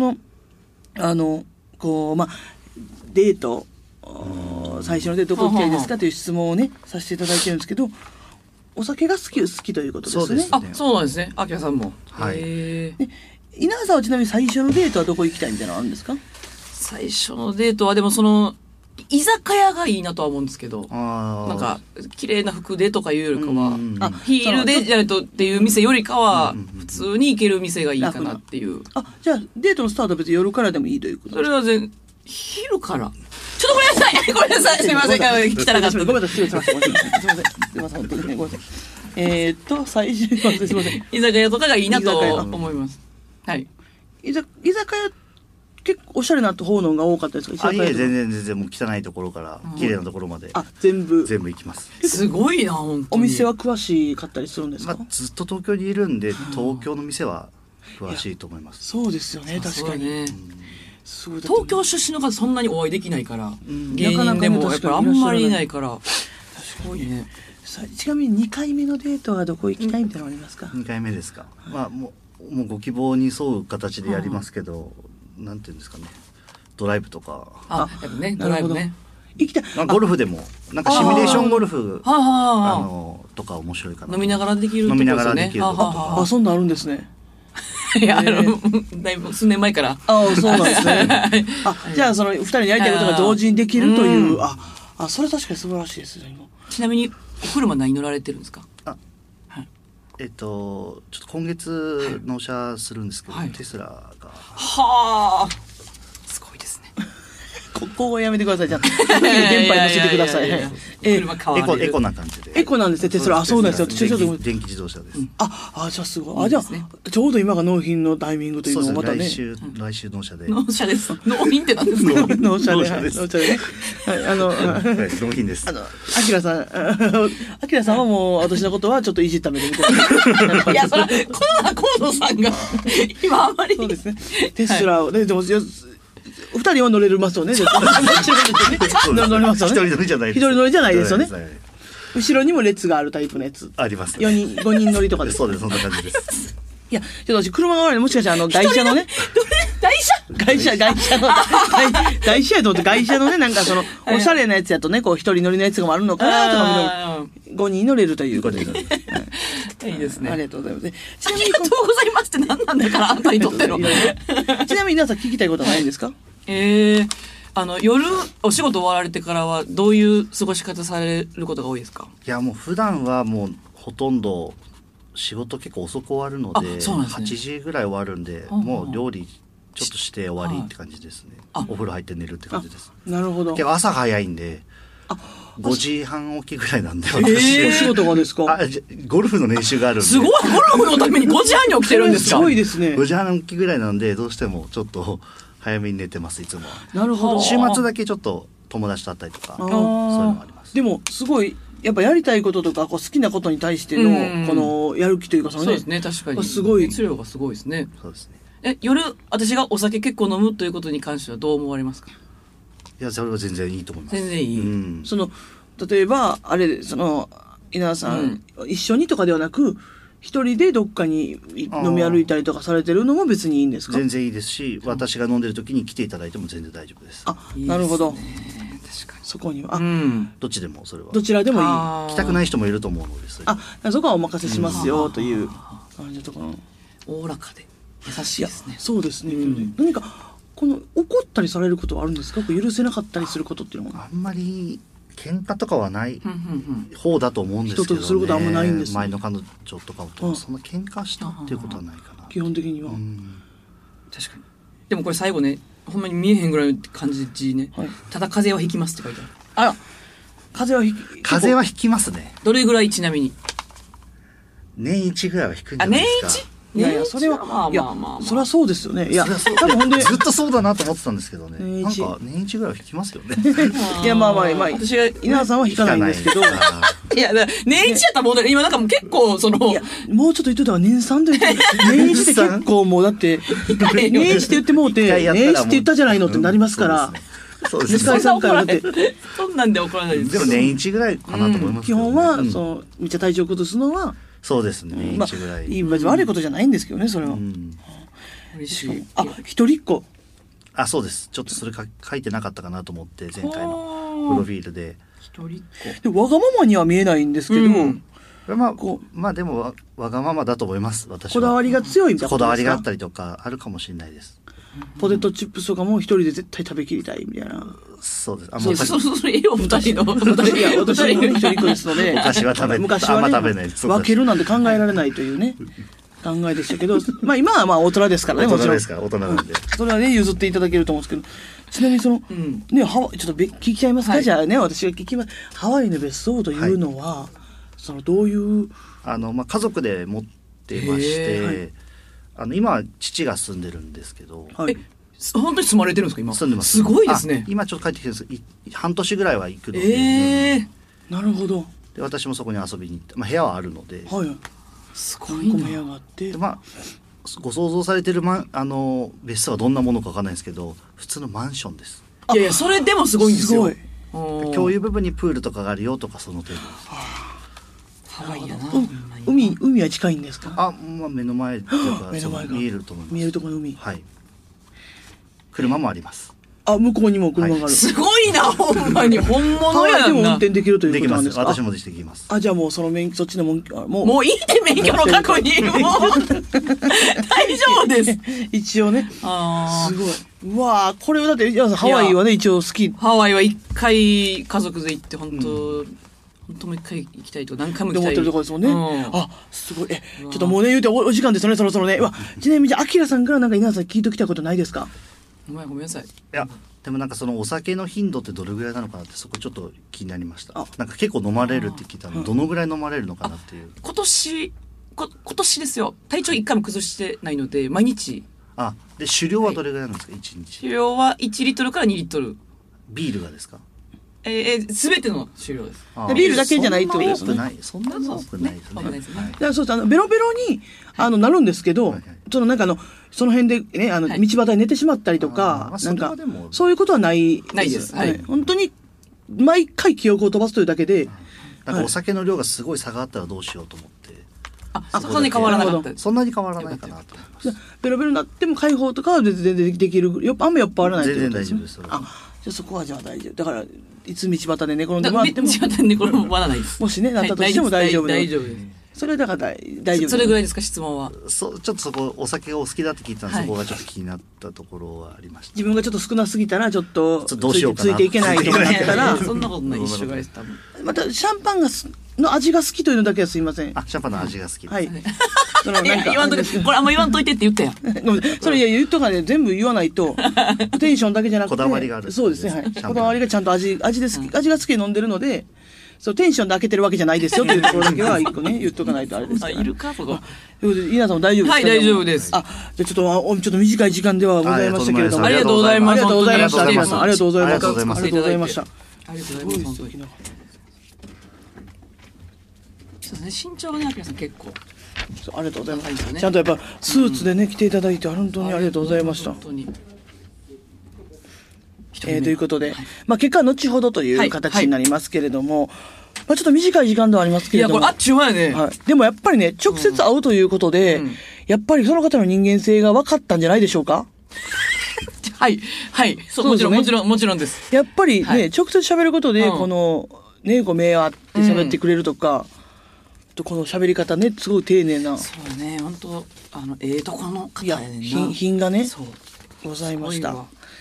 [SPEAKER 1] デート、最初のデートどこ行きたいですかという質問をね、させていただいてるんですけど、お酒が好きということですね。
[SPEAKER 4] そうですね。
[SPEAKER 2] そうなんですね。あきらさんも。
[SPEAKER 4] はい。
[SPEAKER 1] 稲田さんはちなみに最初のデートはどこ行きたいみたいなのあるんですか？
[SPEAKER 2] 最初のデートはでも居酒屋がいいなとは思うんですけど、なんか綺麗な服でとかいうよりかは、ヒールでじゃないとっていう店よりかは普通に行ける店がいいかなっていう。
[SPEAKER 1] じゃあデートのスタートは別に夜からでもいいということですか？
[SPEAKER 2] それは昼から。ちょっとごめんなさい。ごめんなさい。すみません。来たらかった。
[SPEAKER 1] ごめんなさい。すみません。すみません。本当にね。ごめんなさい。最初にすみません。
[SPEAKER 2] 居酒屋とかがいいなと思います。はい。
[SPEAKER 1] 居酒屋結構おしゃれな方のが多かったですか？
[SPEAKER 4] いえ、全然もう汚いところから綺麗なところまで。
[SPEAKER 1] 全部
[SPEAKER 4] 行きます。
[SPEAKER 2] すごいな、本当に。
[SPEAKER 1] お店は詳しかったりするんですか？
[SPEAKER 4] ずっと東京にいるんで、東京の店は詳しいと思います。
[SPEAKER 1] そうですよね、確かに。
[SPEAKER 2] 東京出身の方そんなにお会いできないから、芸人でもやっぱりあんまりいないから、すごいね。
[SPEAKER 1] ちなみに2回目のデートはどこ行きたいみたいなのありますか？2
[SPEAKER 4] 回目ですか。もうご希望に沿う形でやりますけど、なんていうんですかね、ドライブとか。
[SPEAKER 2] やっぱね、ドライブね。
[SPEAKER 1] 行きたい。
[SPEAKER 4] ゴルフでもなんかシミュレーションゴルフとか面白いかな。
[SPEAKER 2] 飲みながらできるとこ
[SPEAKER 4] ですね。飲みながらできるとこ。
[SPEAKER 1] そんなんあるんですね。
[SPEAKER 2] いや、だいぶ数年前から。
[SPEAKER 1] そうなんですね。じゃあ2人にやりたいことが同時にできるという、それ確かに素晴らしいですね。
[SPEAKER 2] ちなみにお車何乗られてるんですか？
[SPEAKER 4] ちょっと今月納車するんですけど、テスラが。
[SPEAKER 2] すごいですね。
[SPEAKER 1] ここをやめてください。じゃあ電波に乗せてください。
[SPEAKER 2] エ
[SPEAKER 4] コな感じで。
[SPEAKER 1] エコなんですね、テスラ。そうなんですよ。
[SPEAKER 4] 電気自動車です。
[SPEAKER 1] じゃあすごい。じゃあちょうど今が納品のタイミングというのをまたね。
[SPEAKER 4] 来週納車で。
[SPEAKER 2] 納車です。納品って何ですか？
[SPEAKER 1] 納車で。
[SPEAKER 4] 納品です。
[SPEAKER 1] あきらさんはもう私のことはちょっといじった目で見て
[SPEAKER 2] る。いや、そら、河野さんが今あまり。
[SPEAKER 1] そうですね。テスラをね、でも2人は乗れますよね。乗れますよね。
[SPEAKER 4] 1人乗りじゃないです。
[SPEAKER 1] 1人乗りじゃないですよね。後ろにも列があるタイプのやつ。
[SPEAKER 4] あります。
[SPEAKER 1] 5人乗りとかです。
[SPEAKER 4] そうです、そんな感じです。
[SPEAKER 1] いや、ちょっと私車が悪い。もしかしたら外車のね。外車やと思って、外車のね、なんかおしゃれなやつやとね、1人乗りのやつがあるのかなとか、5人乗れるということで。
[SPEAKER 2] いいですね。
[SPEAKER 1] ありがとうございます。
[SPEAKER 2] ありがとうございますって何なんだから、あんたにとっての。
[SPEAKER 1] ちなみに皆さん聞きたいことはないんですか？
[SPEAKER 2] 夜お仕事終わられてからはどういう過ごし方されることが多いですか？
[SPEAKER 4] いや、もう普段はもうほとんど仕事結構遅く終わるので、8時ぐらい終わるんで、もう料理ちょっとして終わりって感じですね。お風呂入って寝るって感じです。
[SPEAKER 1] なるほど。
[SPEAKER 4] 結構朝早いんで、5時半起きぐらいなんで、
[SPEAKER 1] 私。お仕事がですか？
[SPEAKER 4] ゴルフの練習があるんで。
[SPEAKER 2] すごい、ゴルフのために5時半に起きてるんですか？
[SPEAKER 1] すごいですね。
[SPEAKER 4] 5時半起きぐらいなんで、どうしてもちょっと早めに寝てます、いつも。
[SPEAKER 1] なるほど。
[SPEAKER 4] 週末だけちょっと友達と会ったりとか、そういうのもあります。
[SPEAKER 1] でも、すごい、やっぱやりたいこととか、好きなことに対しての、この、やる気というか、
[SPEAKER 2] そうですね、確かに。
[SPEAKER 1] すごい。
[SPEAKER 2] 熱量がすごいですね。
[SPEAKER 4] そうですね。
[SPEAKER 2] 夜、私がお酒結構飲むということに関してはどう思われますか？
[SPEAKER 4] いや、それは全然いいと思います。
[SPEAKER 2] 全然いい。
[SPEAKER 1] 例えば、稲田さん、一緒にとかではなく、一人でどっかに飲み歩いたりとかされてるのも別にいいんですか？
[SPEAKER 4] 全然いいですし、私が飲んでる時に来ていただいても全然大丈夫です。
[SPEAKER 1] なるほど。
[SPEAKER 2] 確かに。
[SPEAKER 1] そこには。
[SPEAKER 4] どっちでもそれは。
[SPEAKER 1] どちらでもいい。
[SPEAKER 4] 来たくない人もいると思うのです。
[SPEAKER 1] そこはお任せしますよという感じとかな。
[SPEAKER 2] おおらかで優しいですね。
[SPEAKER 1] そうですね。何か怒ったりされることはあるんですか？許せなかったりすることっていうのは。
[SPEAKER 4] あんまり喧嘩とかはない方だと思うんですけどね。
[SPEAKER 1] 人とすることはあんまないんですね。
[SPEAKER 4] 前の彼女とかとそんな喧嘩したっていうことはないかな。
[SPEAKER 1] 基本的には。
[SPEAKER 2] 確かに。でもこれ最後ね、ほんまに見えへんぐらいの感じね。ただ風邪はひきますって書いてある。
[SPEAKER 1] あら、風
[SPEAKER 4] 邪はひきますね。
[SPEAKER 2] どれぐらいちなみに？
[SPEAKER 4] 年一ぐらいはひくんじゃないですか。
[SPEAKER 2] 年一？
[SPEAKER 1] いやそれはまあそりゃそうですよね。いや
[SPEAKER 4] 多分ほんでずっとそうだなと思ってたんですけどね。なんか年一ぐらいは引きますよね。
[SPEAKER 1] いやまあ私が稲田さんは引かないんですけど。
[SPEAKER 2] いや年一やったらもう今なんかもう結構その
[SPEAKER 1] もうちょっと言ってたら年3と言って年一って結構もうだって年一って言ってもうて年一って言ったじゃないのってなりますから。
[SPEAKER 2] そうです。そんなんで怒らないです。
[SPEAKER 4] でも年一ぐらいかなと思います。
[SPEAKER 1] 基本はめっちゃ体調崩すのは。
[SPEAKER 4] そうですね。年一ぐらい。
[SPEAKER 1] 悪いことじゃないんですけどね、それは。
[SPEAKER 2] 嬉しい。
[SPEAKER 1] 一人っ子。
[SPEAKER 4] そうです。ちょっとそれ書いてなかったかなと思って前回のプロフィールで。
[SPEAKER 2] 一人っ
[SPEAKER 1] 子。わがままには見えないんですけど。
[SPEAKER 4] まあでもわがままだと思います。私は。
[SPEAKER 1] こだわりが強いみたいな。
[SPEAKER 4] こだわりがあったりとかあるかもしれないです。
[SPEAKER 1] ポテトチップスとかも一人で絶対食べきりたいみたいな。
[SPEAKER 4] そうです。
[SPEAKER 2] それよ、二人の。
[SPEAKER 1] いや、私も一人っ子ですので。
[SPEAKER 4] 昔は
[SPEAKER 1] 昔はね、分けるなんて考えられないというね、考えでしたけど、今は大人ですからね、
[SPEAKER 4] もちろん。大人ですから、大人なんで。
[SPEAKER 1] それはね、譲っていただけると思うんですけど、ちなみにちょっと聞きちゃいますか、じゃあね、私が聞きます。ハワイの別荘というのは、どういう。
[SPEAKER 4] 家族で持ってまして、今は父が住んでるんですけど、
[SPEAKER 2] 本当に住まれてるんですか今？
[SPEAKER 4] 住んでます。
[SPEAKER 2] すごいですね。
[SPEAKER 4] 今ちょっと帰ってきてるんです。半年ぐらいは行くので。
[SPEAKER 1] なるほど。
[SPEAKER 4] で私もそこに遊びに行って、部屋はあるので。
[SPEAKER 2] すごいな。
[SPEAKER 1] 部屋があって。
[SPEAKER 4] ご想像されてる別荘はどんなものかわかんないですけど、普通のマンションです。
[SPEAKER 2] いやそれでもすごいんですよ。
[SPEAKER 4] 共有部分にプールとかがあるよとかその程度です。
[SPEAKER 2] ハワイやな。
[SPEAKER 1] 海は近いんですか？
[SPEAKER 4] 目の前というか見えると思います。
[SPEAKER 1] 見えるところの海。
[SPEAKER 4] はい。車もあります。
[SPEAKER 1] 向こうにも車がある。
[SPEAKER 2] すごいな、ほんまに本物やな。
[SPEAKER 1] でも運転できるということなんですか？
[SPEAKER 4] 私もできます。
[SPEAKER 1] じゃあもうそっちの
[SPEAKER 2] もういいで免許の確認も大丈夫です。
[SPEAKER 1] 一応ね。すごい。うわこれはだってハワイはね一応好き。
[SPEAKER 2] ハワイは一回家族で行って本当もう一回行きたいと何回も行きたい。
[SPEAKER 1] 思ってるところですもんね。すごい。ちょっともうね言うてお時間ですよねそろそろね。ちなみにじゃあアキラさんから稲田さん聞いてきたことないですか？
[SPEAKER 2] ごめんなさい。
[SPEAKER 4] いやでもそのお酒の頻度ってどれぐらいなのかなってそこちょっと気になりました。結構飲まれるって聞いたのでどのぐらい飲まれるのかなっていう。
[SPEAKER 2] 今年ですよ。体調一回も崩してないので毎日。
[SPEAKER 4] で酒量はどれぐらいなんですか1日？
[SPEAKER 2] 酒量は1リットルから2リットル。
[SPEAKER 4] ビールがですか？
[SPEAKER 2] すべての酒量です。
[SPEAKER 1] ビールだけじゃないってことですね。
[SPEAKER 4] そんな多くないですね。
[SPEAKER 1] そうです。ベロベロになるんですけど、その辺でね道端に寝てしまったりとかそういうことはない
[SPEAKER 2] です。
[SPEAKER 1] 本当に毎回記憶を飛ばすというだけで、
[SPEAKER 4] お酒の量がすごい差があったらどうしようと思って。
[SPEAKER 2] そんなに変わらなかった。
[SPEAKER 4] そんなに変わらないかなと思います。
[SPEAKER 1] ベロベロになっても解放とかは全然できる。あんま酔っ払わない
[SPEAKER 4] 全然大丈夫です。
[SPEAKER 1] じゃそこはじゃあ大丈夫。だからいつ道端で寝転んでもらっても
[SPEAKER 2] 道端で寝転ばないです。
[SPEAKER 1] もしねなったとしても大丈夫。
[SPEAKER 2] 大丈夫です。
[SPEAKER 1] それだから大丈夫。
[SPEAKER 2] それぐらいですか質問は。
[SPEAKER 4] ちょっとそこお酒がお好きだって聞いたのでそこがちょっと気になったところはありました。
[SPEAKER 1] 自分がちょっと少なすぎたらちょっと
[SPEAKER 4] どうしようかな
[SPEAKER 1] ついていけないとかなったら
[SPEAKER 2] そんなことない一緒がです多分。
[SPEAKER 1] またシャンパンの味が好きというのだけはすいません。
[SPEAKER 4] シャンパンの味が好きです。
[SPEAKER 1] はい。
[SPEAKER 2] 言わんとけ。これあんま言わんといてって言ったやん。
[SPEAKER 1] それ言っとかね全部言わないとテンションだけじゃなくて
[SPEAKER 4] こだわりがある。
[SPEAKER 1] そうですね。はい。こだわりがちゃんと味が好きで飲んでるので。テンションで開けてるわけじゃないですよというところだけは一個ね言っとかないとあれですから。
[SPEAKER 2] いるかそこ。
[SPEAKER 1] 稲さんも大丈夫ですか？
[SPEAKER 2] はい大丈夫です。
[SPEAKER 1] じゃあちょっと短い時間ではございましたけれども
[SPEAKER 2] ありがとうございます。
[SPEAKER 1] ありがとうございました。ありがとうございます。
[SPEAKER 4] ありがとうございます。
[SPEAKER 1] ありがとうございました。
[SPEAKER 2] ありがとうございました。そうですね身長がねアキラさん結構。
[SPEAKER 1] ありがとうございます。ちゃんとやっぱスーツでね来ていただいて本当にありがとうございました。
[SPEAKER 2] 本当に。
[SPEAKER 1] ということで、結果は後ほどという形になりますけれども、ちょっと短い時間ではありますけれども。
[SPEAKER 2] いや、これあっちゅう前ね。
[SPEAKER 1] でもやっぱりね、直接会うということで、やっぱりその方の人間性が分かったんじゃないでしょうか？
[SPEAKER 2] はい。そう、もちろんです。
[SPEAKER 1] やっぱりね、直接喋ることで、この、ね、目を合って喋ってくれるとか、この喋り方ね、すごい丁寧な。
[SPEAKER 2] そうね、本当とこの方やねんな。
[SPEAKER 1] 品がね、ございました。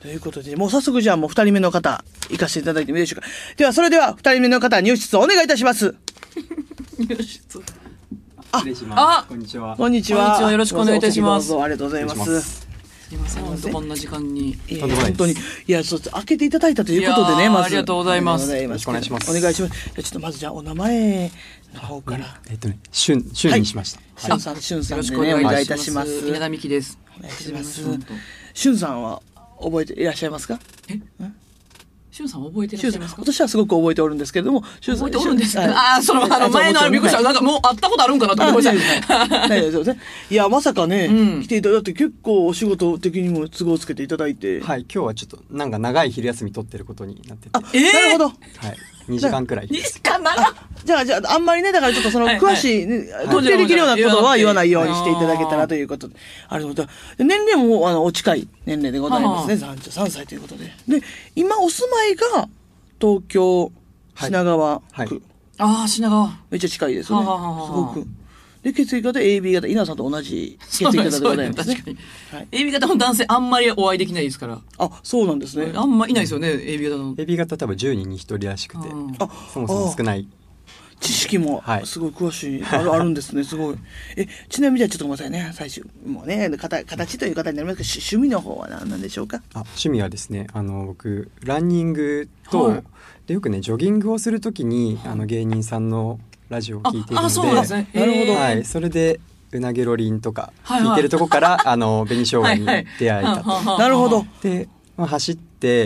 [SPEAKER 1] ということで、もう早速じゃあもう2人目の方、行かせていただいてもいいでしょうか。では、それでは2人目の方、入室お願いいたします。
[SPEAKER 2] 入室。
[SPEAKER 5] 失礼します。こんにちは。
[SPEAKER 1] こんにちは。
[SPEAKER 2] よろしくお願いいたします。
[SPEAKER 1] どうぞありがとうございます。
[SPEAKER 2] すいません、本当こんな時間に。
[SPEAKER 1] 本当に。いや、そう、開けていただいたということでね、まず。
[SPEAKER 2] ありがとうございます。
[SPEAKER 5] よろしくお願いします。
[SPEAKER 1] お願いします。ちょっとまずじゃあお名前の方から。
[SPEAKER 5] しゅんにしました。
[SPEAKER 1] しゅんさんでね、お願いいたします。
[SPEAKER 2] 稲田美希です。
[SPEAKER 1] お願いします。しゅんさんは覚えていらっしゃいますか？
[SPEAKER 2] しゅんさん覚えてらっしゃいますか？
[SPEAKER 1] 私はすごく覚えておるんですけれども、
[SPEAKER 2] 覚えておるんですか？前のびっくりした。なんかもう会ったことあるんかなと思いました。
[SPEAKER 1] いや、まさかね、来ていただいて結構お仕事的にも都合つけていただいて。
[SPEAKER 5] はい、今日はちょっとなんか長い昼休み取ってることになってて。
[SPEAKER 1] なるほど。
[SPEAKER 5] はい。2時間くらい。
[SPEAKER 2] 2時間長っ。
[SPEAKER 1] じゃあ、あんまりね、だからちょっとその詳しい、特定できるようなことは言わないようにしていただけたらということで。あれで、年齢もお近い年齢でございますね。33歳ということで。で、今お住まいが東京、品川区。
[SPEAKER 2] ああ、品川。
[SPEAKER 1] めっちゃ近いですね。すごく。で、血液型 AB 型、稲さんと同じ血液型でございますね。
[SPEAKER 2] 確かに。AB 型の男性あんまりお会いできないですから。
[SPEAKER 1] あ、そうなんですね。
[SPEAKER 2] あんまいないですよね、AB 型の。
[SPEAKER 5] AB 型多分10人に1人らしくて、そもそも少ない。
[SPEAKER 1] 知識もすごい詳しい、あるんですね、すごい。ちなみにじゃあちょっとごめんなさいね、最初。もうね、形という形になりますけど、趣味の方は何なんでしょうか？
[SPEAKER 5] 趣味はですね、僕、ランニングと、でよくね、ジョギングをするときに、芸人さんのラジオを聞いているので、
[SPEAKER 2] そうなんですね。
[SPEAKER 1] なるほど。
[SPEAKER 5] はい、それで、うなげろりんとか聞いてるとこから、紅生姜に出会えたと。
[SPEAKER 1] なるほど。
[SPEAKER 5] で、走って、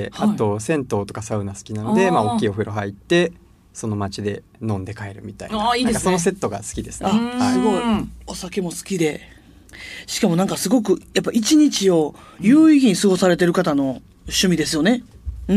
[SPEAKER 5] あと、銭湯とかサウナ好きなので、大きいお風呂入って、その街で飲んで帰るみたいな。
[SPEAKER 2] いいですね。
[SPEAKER 5] そのセットが好きですね。
[SPEAKER 1] すごい。お酒も好きで。しかもなんかすごく、やっぱ一日を有意義に過ごされてる方の趣味ですよね。はい。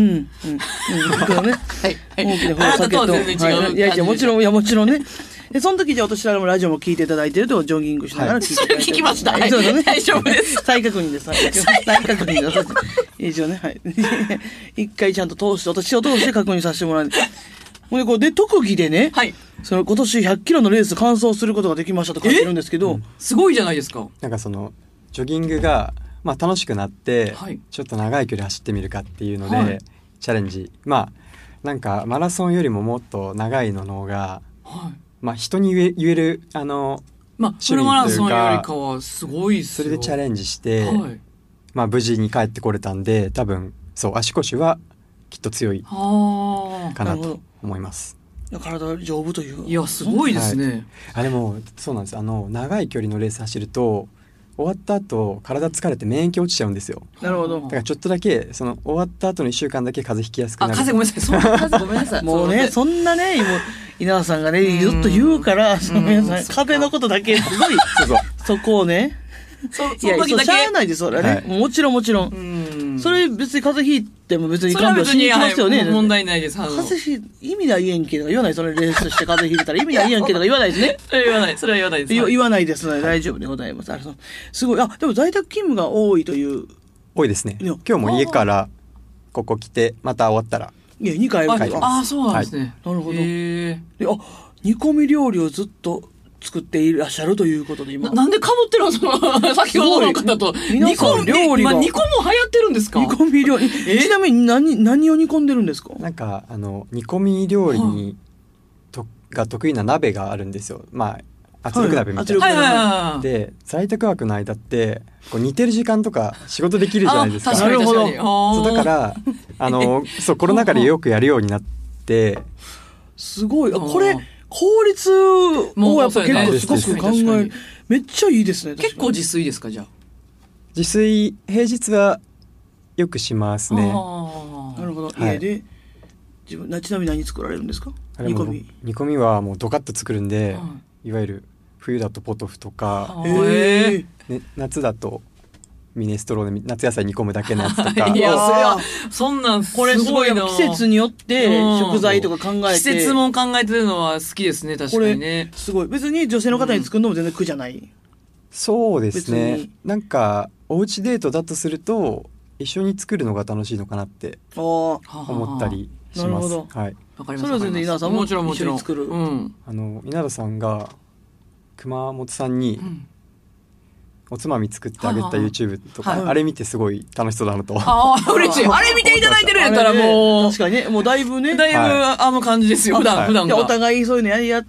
[SPEAKER 1] 大きなお酒と。いや、もちろんね。で、その時じゃあ私らもラジオも聞いていただいてると、ジョギングしながら聞いていただいて。
[SPEAKER 2] それ聞きました。大丈夫です。
[SPEAKER 1] 再確認です。再確認です。一応ね、はい。一回ちゃんと通して、私を通して確認させてもらう。で、特技でね、その今年100キロのレース完走することができましたと書いてるんですけど、
[SPEAKER 2] すごいじゃないですか。
[SPEAKER 5] なんかその、ジョギングが、楽しくなって、ちょっと長い距離走ってみるかっていうので、チャレンジ。なんかマラソンよりももっと長いの方が、人に言える、
[SPEAKER 2] フルマラソンよりかはすごいっすよ。
[SPEAKER 5] それでチャレンジして、無事に帰ってこれたんで、多分、そう、足腰はきっと強いかなと思います。
[SPEAKER 1] 体丈夫という。
[SPEAKER 2] いや、すごいですね。
[SPEAKER 5] でも、そうなんです。長い距離のレース走ると、終わった後、体疲れて免疫落ちちゃうんですよ。
[SPEAKER 1] なるほど。
[SPEAKER 5] だからちょっとだけ、終わった後の1週間だけ風邪ひきやすくなる。
[SPEAKER 2] 風邪ごめんなさい。
[SPEAKER 1] もうね、そんなね、稲田さんがね、ずっと言うから、皆さん、風邪のことだけ、すごい、そこをね。いや、しゃあないです、それはね。もちろん。それ別に風邪ひいても別に看病しに行きますよね。
[SPEAKER 2] 問題ないです。
[SPEAKER 1] 風邪ひい、意味ないやんけとか言わない。それレースして風邪ひいてたら意味ないやんけとか言わないですね。
[SPEAKER 2] 言わない。それは言わないです。
[SPEAKER 1] 言わないですので大丈夫でございます。すごい。でも在宅勤務が多いという。
[SPEAKER 5] 多いですね。今日も家からここ来て、また終わったら。
[SPEAKER 1] いや、2回帰る。
[SPEAKER 2] そうなんですね。
[SPEAKER 1] なるほど。煮込み料理をずっと作っていらっしゃるということで今。
[SPEAKER 2] なんで被ってるの先ほどの方と。
[SPEAKER 1] 皆さん料理が。
[SPEAKER 2] 煮込む流行ってるんですか？
[SPEAKER 1] 煮込み料理。ちなみに何を煮込んでるんですか？
[SPEAKER 5] なんか、煮込み料理が得意な鍋があるんですよ。圧力鍋みたいな。で、在宅ワークの間って、煮てる時間とか仕事できるじゃないですか。
[SPEAKER 1] なるほど。
[SPEAKER 5] そうだから、コロナ禍でよくやるようになって、
[SPEAKER 1] すごい。これ、効率をやっぱ結構すごく考え、めっちゃいいですね。
[SPEAKER 2] 結構自炊ですか、じゃあ。
[SPEAKER 5] 自炊、平日はよくしますね。
[SPEAKER 1] なるほど。家で、ちなみに何作られるんですか？煮
[SPEAKER 5] 込みはもうドカッと作るんで、いわゆる冬だとポトフとか、夏だとミネストローネ、夏野菜煮込むだけのやつとか。
[SPEAKER 2] いや、そんなんすごいな。これすごい
[SPEAKER 1] 季節によって食材とか考えて。
[SPEAKER 2] 季節も考えてるのは好きですね、確かにね。
[SPEAKER 1] すごい。別に女性の方に作るのも全然苦じゃない。
[SPEAKER 5] そうですね。なんか、おうちデートだとすると、一緒に作るのが楽しいのかなって思ったりします。なるほど。はい。
[SPEAKER 1] わかります。それは全然稲田さんも一緒に作る。
[SPEAKER 5] 稲田さんが熊本さんに、 おつまみ作ってあげた YouTube とか、あれ見てすごい楽しそうだなと。
[SPEAKER 2] 嬉しい。あれ見ていただいてるんやったらもう。
[SPEAKER 1] 確かにね、もうだいぶね。
[SPEAKER 2] だいぶあの感じですよ、普段が。
[SPEAKER 1] お互いそういうのやって。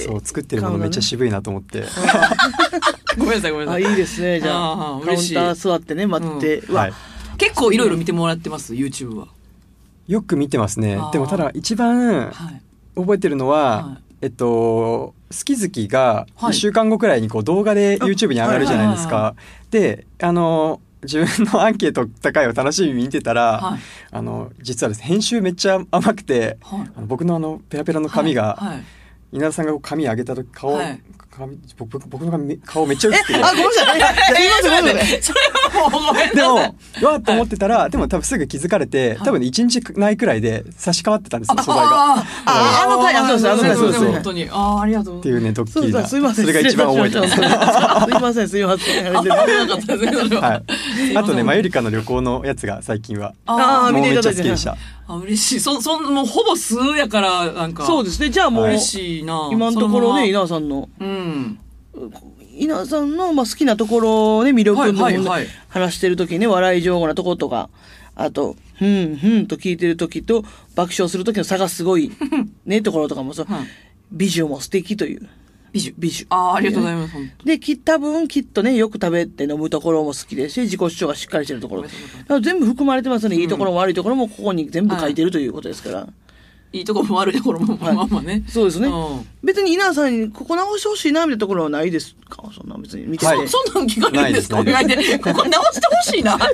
[SPEAKER 5] そう、作ってるものめっちゃ渋いなと思って。
[SPEAKER 2] ごめんなさい、ごめんなさい。
[SPEAKER 1] いいですね、じゃあ。カウンター座ってね、待って。
[SPEAKER 2] 結構いろいろ見てもらってます、YouTube は。
[SPEAKER 5] よく見てますね。でもただ一番覚えてるのは、好き好きが1週間後くらいにこう動画で YouTube に上がるじゃないですか。で、自分のアンケート高いを楽しみに見てたら、実はですね、編集めっちゃ甘くて、僕のペラペラの髪が、稲田さんが髪上げた時僕の顔めっちゃ映ってる。
[SPEAKER 1] ごめんなさい。
[SPEAKER 2] それはもうごめんなさい。
[SPEAKER 5] でも、わーっと思ってたら、でも多分すぐ気づかれて、多分1日ないくらいで差し替わってたんですよ、素材が。
[SPEAKER 2] そうです、本当に。ありがとう。
[SPEAKER 5] っていうね、ドッキリが。
[SPEAKER 1] すいません。
[SPEAKER 5] それが一番覚えてます。
[SPEAKER 1] すいません、すいません。
[SPEAKER 5] あとね、マユリカの旅行のやつが最近は。
[SPEAKER 1] 見ていただいて。
[SPEAKER 5] めっちゃ好きでした。
[SPEAKER 2] 嬉しい。もうほぼ数やから、なんか。
[SPEAKER 1] そうですね。じゃあもう、
[SPEAKER 2] 嬉しいな。
[SPEAKER 1] 今のところね、稲田さんの。稲田さんの好きなところをね、魅力の話してる時にね、笑い上手なとことか、あと、と聞いてる時と、爆笑する時の差がすごい、ね、ところとかもそう、美女も素敵という。
[SPEAKER 2] 美女。ありがとうございます。
[SPEAKER 1] で、多分きっとね、よく食べて飲むところも好きですし、自己主張がしっかりしてるところ。全部含まれてますね。いいところも悪いところもここに全部書いてるということですから。
[SPEAKER 2] いいところも悪いところもまあまあね。
[SPEAKER 1] そうですね。別に稲田さんにここ直してほしいなみたいなところはないですか？そんな別に見てて。
[SPEAKER 2] そんなん聞かれるんですか？ここ直してほしいな。何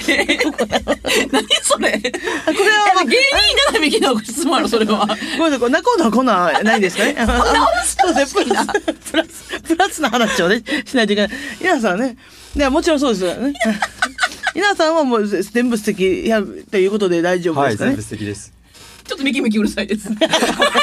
[SPEAKER 2] それ？これは芸人並みきの質問やろ、それは。
[SPEAKER 1] ごめんなさい、こんなこんなないですかね。
[SPEAKER 2] 直してほしいな。
[SPEAKER 1] プラスな話をね、しないといけない。稲田さんね。もちろんそうですよね。稲田さんはもう全部素敵やということで大丈夫ですかね？
[SPEAKER 5] はい、全部素敵です。
[SPEAKER 2] ちょっとミキミキうるさいです。ごめんな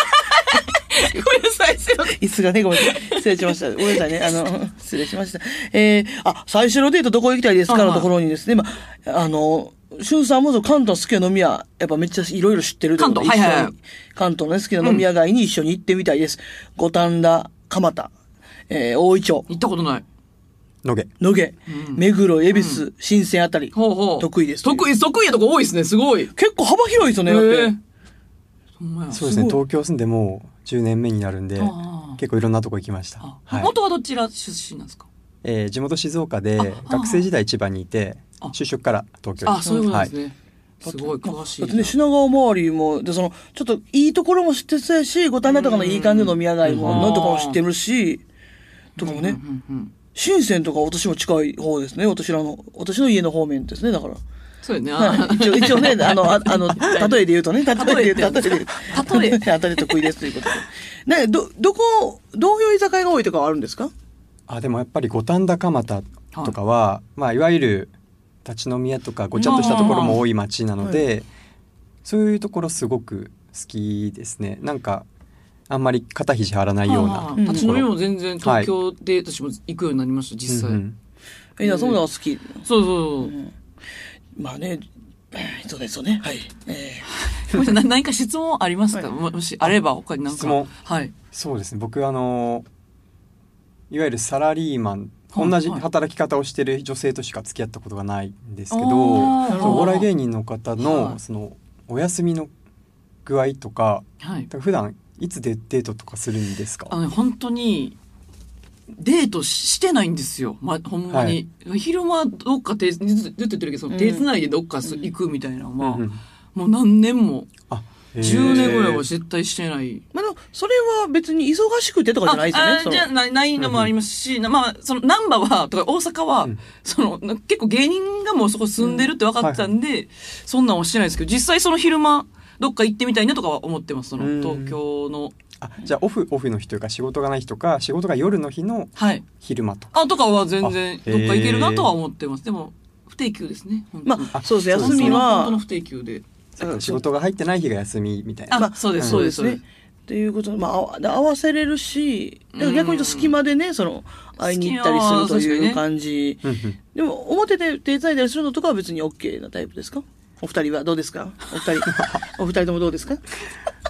[SPEAKER 2] さい、すいません。
[SPEAKER 1] 椅子がね、ごめんなさい。失礼しました。ごめんなさいね。失礼しました。最初のデートどこ行きたいですかのところにですね、しゅんさんも関東好きな飲み屋、やっぱめっちゃいろいろ知ってるということで、関東の好きな飲み屋街に一緒に行ってみたいです。五反田、蒲田、大井町。
[SPEAKER 2] 行ったことない。
[SPEAKER 5] 野毛、
[SPEAKER 1] 目黒、恵比寿、新鮮あたり。得意です。
[SPEAKER 2] 得意なとこ多いですね、すごい。
[SPEAKER 1] 結構幅広いですよね、だって。
[SPEAKER 5] そうですね、東京住んでもう10年目になるんで、結構いろんなとこ行きました。
[SPEAKER 2] 元はどちら出身なんですか？
[SPEAKER 5] 地元静岡で、学生時代千葉にいて、就職から東京に。
[SPEAKER 2] そういうことですね。すごい詳しい。
[SPEAKER 1] だってね、品川周りも、ちょっといいところも知ってそうやし、五反田とかのいい感じの飲み屋街のところも知ってるし、とかもね。深センとか私も近い方ですね。私の家の方面ですね、だから。
[SPEAKER 2] そうよね。
[SPEAKER 1] 一応ね、例えで言うとね、例え得意ですということで。ね、どういう居酒屋が多いとかはあるんですか？
[SPEAKER 5] でもやっぱり五反田蒲田とかは、いわゆる立ち飲み屋とかごちゃっとしたところも多い街なので、そういうところすごく好きですね。なんか、あんまり肩肘張らないような。
[SPEAKER 2] 立ち飲みも全然東京で私も行くようになりました、実際。
[SPEAKER 1] そういうのが好き。
[SPEAKER 2] そう。
[SPEAKER 1] まあね、そうですよね。はい。
[SPEAKER 2] 何か質問ありますか？もしあれば他に何か。質問。はい。
[SPEAKER 5] そうですね。僕いわゆるサラリーマン、同じ働き方をしている女性としか付き合ったことがないんですけど、お笑い芸人の方のそのお休みの具合とか、普段いつデートとかするんですか？
[SPEAKER 2] 本当にデートしてないんですよ。ほんまに。昼間どっかずっと言ってるけど、手繋いでどっか行くみたいなのは、もう何年も。10年ぐらいは絶対してない。
[SPEAKER 1] それは別に忙しくてとかじゃないですよね。
[SPEAKER 2] じゃないのもありますし、その難波は、とか大阪は、結構芸人がもうそこ住んでるって分かってたんで、そんなんはしてないですけど、実際その昼間、どっか行ってみたいなとかは思ってます、東京の。
[SPEAKER 5] じゃあオフの日というか仕事がない日とか、仕事が夜の日の昼間と
[SPEAKER 2] か。とかは全然どっか行けるなとは思ってます。でも、不定休ですね。
[SPEAKER 1] そうです。休みは。
[SPEAKER 2] 本当の不定休で。
[SPEAKER 5] 仕事が入ってない日が休みみたいな。
[SPEAKER 2] そうですね。
[SPEAKER 1] っていうことで、合わせれるし、逆に言うと隙間でね、会いに行ったりするという感じ。でも、表で手伝いたりするのとかは別に OK なタイプですか？お二人はどうですか？お二人ともどうですか？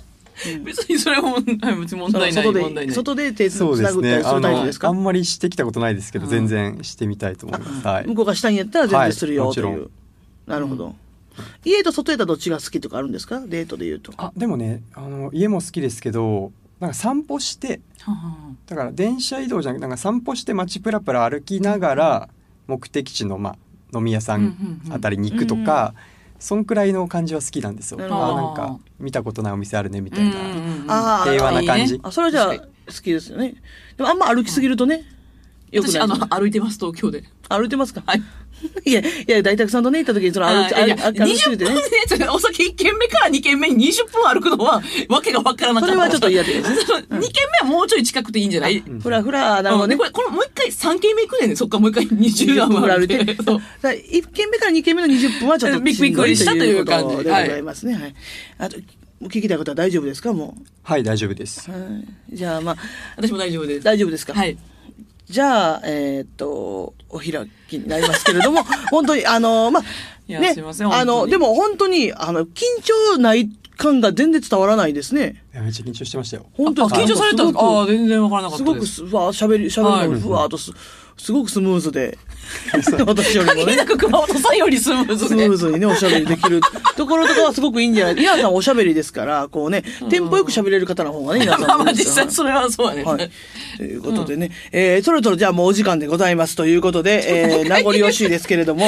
[SPEAKER 2] 別にそれは別に問題ない。
[SPEAKER 1] 外で手つなぐったりするタイプですか？
[SPEAKER 5] あんまりしてきたことないですけど、全然してみたいと思います。はい。
[SPEAKER 1] 向こうがしたいんやったら全然するよという。なるほど。家と外やったらどっちが好きとかあるんですか？デートで言うと。
[SPEAKER 5] でもね、家も好きですけど、なんか散歩して、だから電車移動じゃなくて、なんか散歩して街プラプラ歩きながら目的地の飲み屋さんあたりに行くとか、そんくらいの感じは好きなんですよ。なんか見たことないお店あるねみたいな、平和な感じ。
[SPEAKER 1] それはじゃあ好きですよね。でもあんま歩きすぎるとね、
[SPEAKER 2] よくない。私歩いてます、東京で。
[SPEAKER 1] 歩いてますか？
[SPEAKER 2] はい。
[SPEAKER 1] いや、大沢さんとね、行った時に、
[SPEAKER 2] 20分ね、お酒1軒目から2軒目に20分歩くのは、わけがわからなかった。
[SPEAKER 1] それはちょっと嫌で。2
[SPEAKER 2] 軒目はもうちょい近くていいんじゃない？
[SPEAKER 1] ふら、なるほどね。
[SPEAKER 2] これもう一回3軒目行くねんね。そっか、もう一回20分歩いて。
[SPEAKER 1] 1軒目から2軒目の20分はちょっと
[SPEAKER 2] びっくりしたという感じ
[SPEAKER 1] でございますね。はい。あと、聞きたいことは大丈夫ですか？もう。
[SPEAKER 5] はい、大丈夫です。
[SPEAKER 1] じゃあ
[SPEAKER 2] 私も大丈夫です。
[SPEAKER 1] 大丈夫ですか？
[SPEAKER 2] はい。
[SPEAKER 1] じゃあ、お開きになりますけれども、本当に、
[SPEAKER 2] ね、すいません、
[SPEAKER 1] でも本当に、緊張ない感が全然伝わらないですね。
[SPEAKER 5] めっちゃ緊張してましたよ。
[SPEAKER 1] 本当に
[SPEAKER 2] 緊張されたんですか？全然わからなかったです。
[SPEAKER 1] すごく、喋りのふわーっとすごくスムーズで、私よりもね。
[SPEAKER 2] 限りなく熊本さんよりスムーズで。
[SPEAKER 1] スムーズにね、おしゃべりできるところとかはすごくいいんじゃない？稲田さんおしゃべりですから、こうね、テンポよく喋れる方の方がね、稲田さん。
[SPEAKER 2] 実際それはそうやね。はい。
[SPEAKER 1] ということでね、そろそろじゃあもうお時間でございますということで、名残惜しいですけれども、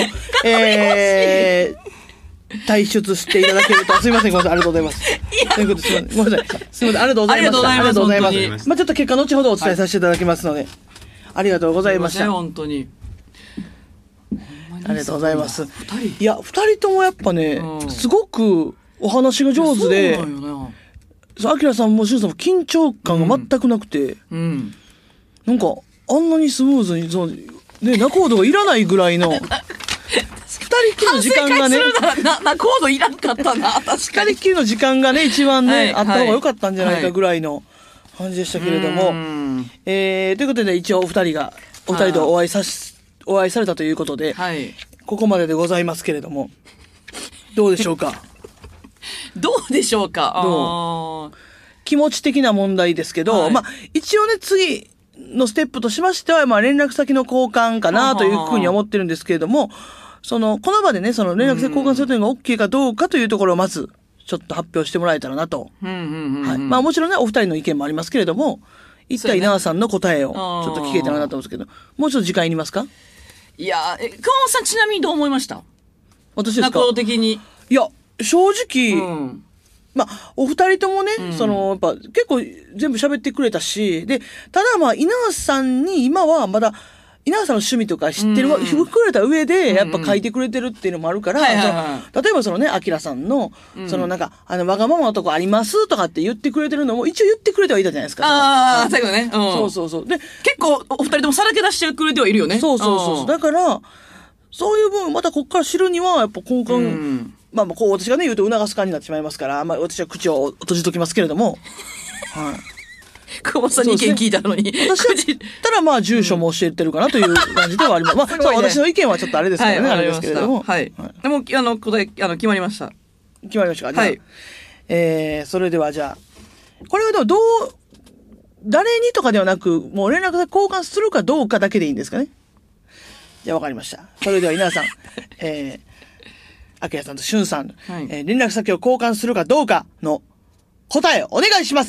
[SPEAKER 1] 退出していただけると、すいません、ごめんなさい、ありがとうございます。ということで、ごめんなさい。すいません、ありがとうございました。
[SPEAKER 2] ありがとうございます。
[SPEAKER 1] ちょっと結果後ほどお伝えさせていただきますので、ありがとうございました。
[SPEAKER 2] 本当に。
[SPEAKER 1] ありがとうございます。いや、二人ともやっぱね、すごくお話が上手で、アキラさんもシュンさんも緊張感が全くなくて、なんか、あんなにスムーズに、ね、仲人がいらないぐらいの、二人きりの時間がね、
[SPEAKER 2] 仲人いらんかったな、確かに。
[SPEAKER 1] 二人きりの時間がね、一番ね、あった方が良かったんじゃないかぐらいの感じでしたけれども、ということで、一応お二人とお会いされたということで、ここまででございますけれども、どうでしょうか？
[SPEAKER 2] どうでしょうか？
[SPEAKER 1] 気持ち的な問題ですけど、一応ね、次のステップとしましては、連絡先の交換かなというふうに思ってるんですけれども、この場でね、その連絡先交換するというのが OK かどうかというところをまず、ちょっと発表してもらえたらなと。もちろんね、お二人の意見もありますけれども、一体稲田さんの答えをちょっと聞けたらなと思うんですけど、もうちょっと時間いりますか？
[SPEAKER 2] いや、熊本さんちなみにどう思いました？
[SPEAKER 1] 私ですか？
[SPEAKER 2] 仲人的に。
[SPEAKER 1] いや、正直、お二人ともね、やっぱ結構全部喋ってくれたし、で、ただ稲田さんに今はまだ、稲田さんの趣味とか知ってる、くれた上で、やっぱ書いてくれてるっていうのもあるから、例えばアキラさんの、わがままのとこありますとかって言ってくれてるのも、一応言ってくれてはいたじゃないですか。
[SPEAKER 2] 最後ね。
[SPEAKER 1] そう。で、
[SPEAKER 2] 結構、お二人ともさらけ出してくれてはいるよね。
[SPEAKER 1] そう。だから、そういう分、またこっから知るには、やっぱ交換、私がね、言うと促す感じになってしまいますから、私は口を閉じときますけれども、はい。
[SPEAKER 2] 久保さんに意見聞いたのに。
[SPEAKER 1] 私だったら住所も教えてるかなという感じではあります。私の意見はちょっとあれですからね、あれですけれども。
[SPEAKER 2] はい。でも、答え、決まりました。
[SPEAKER 1] 決まりましたか？はい。それではじゃあ、これは誰にとかではなく、もう連絡先交換するかどうかだけでいいんですかね？じゃあわかりました。それでは稲田さん、アキラさんとシュンさん、連絡先を交換するかどうかの答えをお願いします。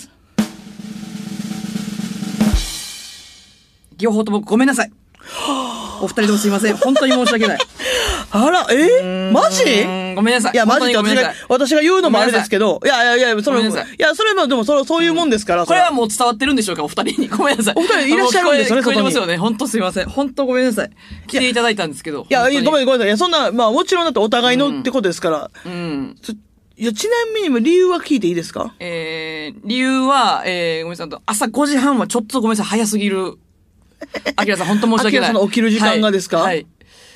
[SPEAKER 2] 両方ともごめんなさい。お二人ともすいません。本当に申し訳ない。
[SPEAKER 1] あら、マジ？
[SPEAKER 2] ごめんなさい。
[SPEAKER 1] いや、マジで私が言うのもあれですけど、いや、それもでもそういうもんですから。
[SPEAKER 2] これはもう伝わってるんでしょうか、お二人に。ごめんなさい。
[SPEAKER 1] お二人いらっしゃるんですよね、
[SPEAKER 2] 聞こえてますよね。本当すいません。本当ごめんなさい。来ていただいたんですけど。
[SPEAKER 1] いや、ごめんなさい。いや、そんな、もちろんだってお互いのってことですから。いや、ちなみに理由は聞いていいですか？
[SPEAKER 2] 理由は、ごめんなさい。朝5時半はちょっとごめんなさい。早すぎる。アキラさん、本当申し訳ない。
[SPEAKER 1] アキラさんの起きる時間がですか？
[SPEAKER 2] はい。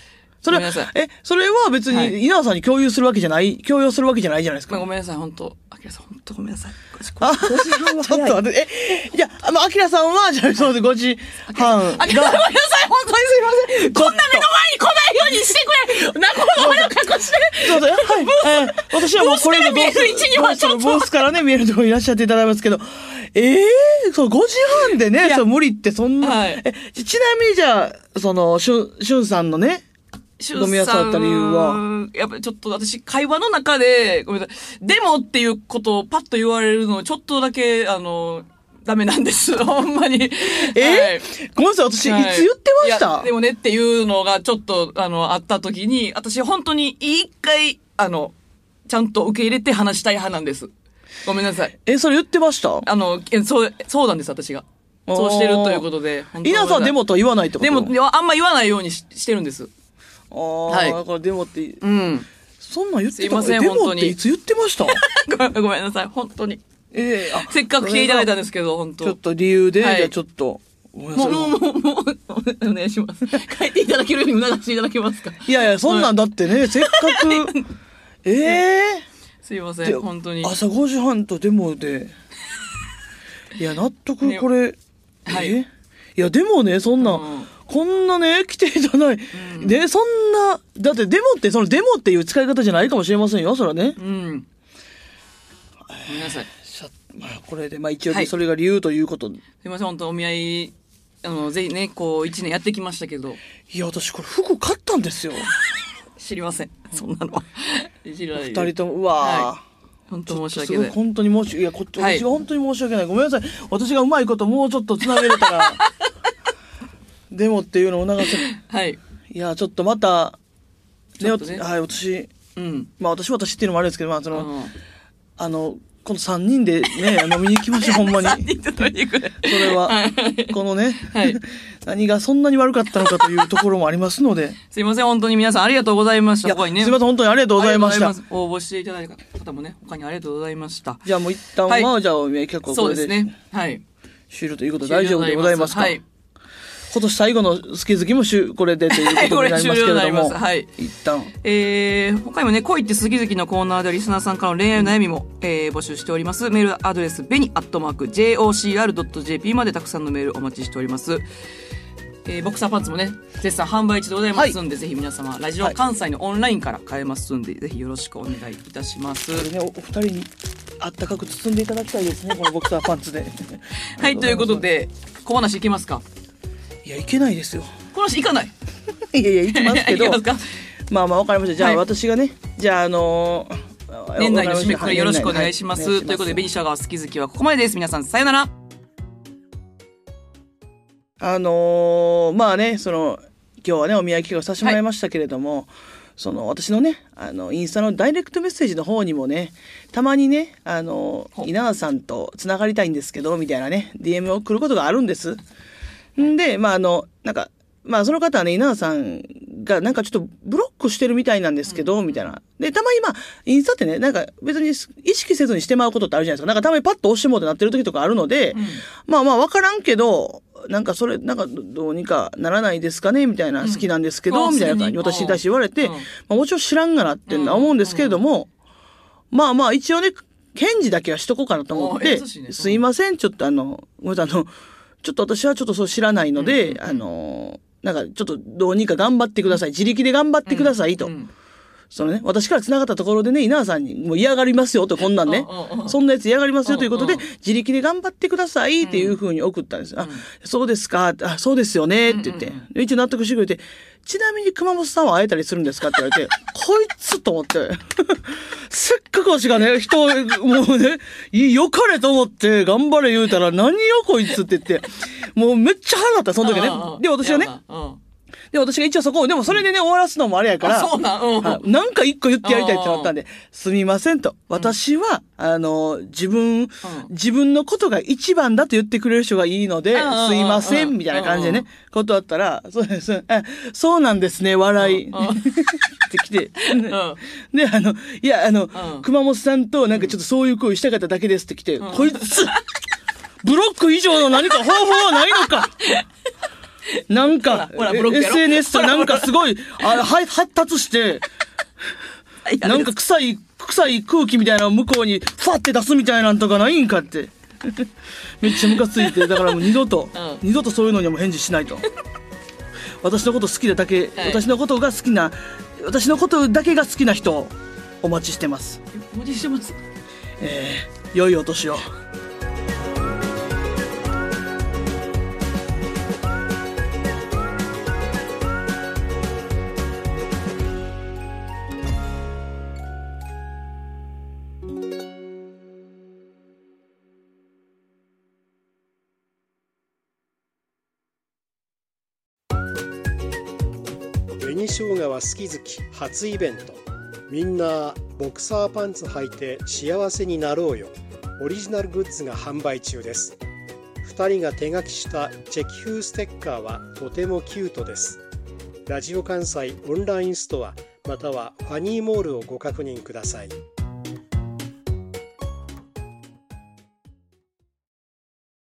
[SPEAKER 1] それは別に、稲田さんに共有するわけじゃない、共有するわけじゃないじゃないですか。
[SPEAKER 2] ごめんなさい、本当アキラさん、本当ごめんなさい。
[SPEAKER 1] ちょっと待って、じゃあ、アキラさんは、じゃあ、そうで5時半が。
[SPEAKER 2] アキラさん、ごめんなさい、本当にすいません。こんな目の前に来ないようにしてくれ。なこの前を隠して。
[SPEAKER 1] そうだよ。はい。私はもうこれで
[SPEAKER 2] 見える位置にはちょっと。
[SPEAKER 1] ボスからね、見えるところにいらっしゃっていただいますけど、そう、5時半でね、そう、無理ってそんな。ちなみにじゃあ、しゅんさんのね、飲みやすかった理由は。
[SPEAKER 2] やっぱりちょっと私、会話の中で、ごめんなさい。でもっていうことをパッと言われるの、ちょっとだけ、ダメなんです。ほんまに。
[SPEAKER 1] ごめんなさい、私、いつ言ってました？
[SPEAKER 2] でもねっていうのがちょっと、あった時に、私本当に一回、ちゃんと受け入れて話したい派なんです。ごめんなさい。
[SPEAKER 1] それ言ってました？
[SPEAKER 2] そうなんです、私が。そうしてるということで。
[SPEAKER 1] 稲さんデモとは言わないってこと？
[SPEAKER 2] でも、あんま言わないようにしてるんです。
[SPEAKER 1] はい。だからデモって、そんなん言ってた？
[SPEAKER 2] すいません、
[SPEAKER 1] デモっていつ言ってました？
[SPEAKER 2] ごめんなさい、本当に。せっかく来ていただいたんですけど、本当。
[SPEAKER 1] ちょっと理由で、じゃあちょっと。
[SPEAKER 2] もう、お願いします。書いていただけるように促していただけますか？
[SPEAKER 1] いや、そんなんだってね、せっかく、
[SPEAKER 2] すいません、本当に。
[SPEAKER 1] 朝5時半とデモで、いや、納得、これ、いや、でもね、そんな、こんなね、来ていただいて、そんな、だってデモって、そのデモっていう使い方じゃないかもしれませんよ、それはね。
[SPEAKER 2] ごめんなさい。
[SPEAKER 1] これで、一応それが理由ということで。
[SPEAKER 2] すいません、本当お見合い、ぜひね、1年やってきましたけど。
[SPEAKER 1] いや、私これ服買ったんですよ。
[SPEAKER 2] 知りません、そんなのは。知らない。
[SPEAKER 1] 2人とも、うわ
[SPEAKER 2] 本当申し訳ない。
[SPEAKER 1] 本当に申し訳ない。いや、私が本当に申し訳ない。ごめんなさい。私がうまいこともうちょっと繋げれたら、デモっていうのを促せ。
[SPEAKER 2] はい。
[SPEAKER 1] いや、ちょっとまた、ね、はい、私、私っていうのもあれですけど、この3人でね、飲みに行きましょう、ほんまに。
[SPEAKER 2] 3人で飲みに行くね。
[SPEAKER 1] それは、このね、何がそんなに悪かったのかというところもありますので。
[SPEAKER 2] すいません、本当に皆さんありがとうございました。
[SPEAKER 1] すいません、本当にありがとうございました。
[SPEAKER 2] 応募していただいた方もね、他にありがとうございました。
[SPEAKER 1] じゃあもう一旦は、じゃあ、結構これで。そうですね。はい。終了ということで大丈夫でございますか？はい。今年最後の好き好きもこれでということになりますけれども。
[SPEAKER 2] はい。
[SPEAKER 1] 一旦。
[SPEAKER 2] 他にもね、恋って好き好きのコーナーではリスナーさんからの恋愛の悩みも、募集しております。メールアドレス、beni@jocr.jp までたくさんのメールお待ちしております。ボクサーパンツもね、絶賛販売中でございますんで、ぜひ皆様、ラジオ関西のオンラインから買えますんで、ぜひよろしくお願いいたします。
[SPEAKER 1] お二人にあったかく包んでいただきたいですね、このボクサーパンツで。
[SPEAKER 2] はい、ということで、小話いけますか？
[SPEAKER 1] いや、いけないですよ。
[SPEAKER 2] 小話いかない？
[SPEAKER 1] いや、いきますけど。
[SPEAKER 2] いけますか？
[SPEAKER 1] わかりました。じゃあ、私がね、じゃあ、
[SPEAKER 2] 年内の締めくくりよろしくお願いします。ということで、紅しゃが好き好きはここまでです。皆さん、さよなら。
[SPEAKER 1] 今日はね、お見合い企画させてもらいましたけれども、私のね、インスタのダイレクトメッセージの方にもね、たまにね、稲田さんとつながりたいんですけど、みたいなね、DM を来ることがあるんです。んで、その方はね、稲田さんがちょっとブロックしてるみたいなんですけど、みたいな。で、たまにインスタってね、別に意識せずにしてまうことってあるじゃないですか。たまにパッと押してもうってなってる時とかあるので、わからんけど、それ、どうにかならないですかねみたいな、好きなんですけど、みたいな感じに私に対して言われて、もちろん知らんがなって思うんですけれども、一応ね、返事だけはしとこうかなと思って、すいません、ちょっとごめんなさい、ちょっと私はちょっとそう知らないので、ちょっとどうにか頑張ってください。自力で頑張ってくださいと。私から繋がったところでね、稲田さんにもう嫌がりますよと、こんなんね。そんなやつ嫌がりますよということで、自力で頑張ってくださいっていう風に送ったんです。そうですか。そうですよね。って言って。一応納得してくれて、ちなみに熊本さんは会えたりするんですかって言われて、こいつと思って。せっかく私がね、もうね、よかれと思って頑張れ言うたら、何よこいつって言って、もうめっちゃ腹立った、その時ね。で、私はね、私が一応そこを、でもそれでね、終わらすのもあれやから、なんか一個言ってやりたいってなったんで、すみませんと。私は、自分のことが一番だと言ってくれる人がいいので、すいません、みたいな感じでね、断ったら、そうなんですね、笑い。ってきて。で、熊本さんとちょっとそういう行為したかっただけですって来て、こいつ、ブロック以上の何か方法はないのかなんか、SNS となんかすごい、発達して、なんか臭い空気みたいなのを向こうにファって出すみたいなんとかないんかって。めっちゃムカついて、だからもう二度とそういうのにはもう返事しないと。私のこと好きなだけ、私のことだけが好きな人をお待ちしてます。
[SPEAKER 2] お待ちしてます。
[SPEAKER 1] 良いお年を。
[SPEAKER 3] 紅生姜は好き好き初イベント、みんなボクサーパンツ履いて幸せになろうよオリジナルグッズが販売中です。2人が手書きしたチェキ風ステッカーはとてもキュートです。ラジオ関西オンラインストアまたはファニーモールをご確認ください。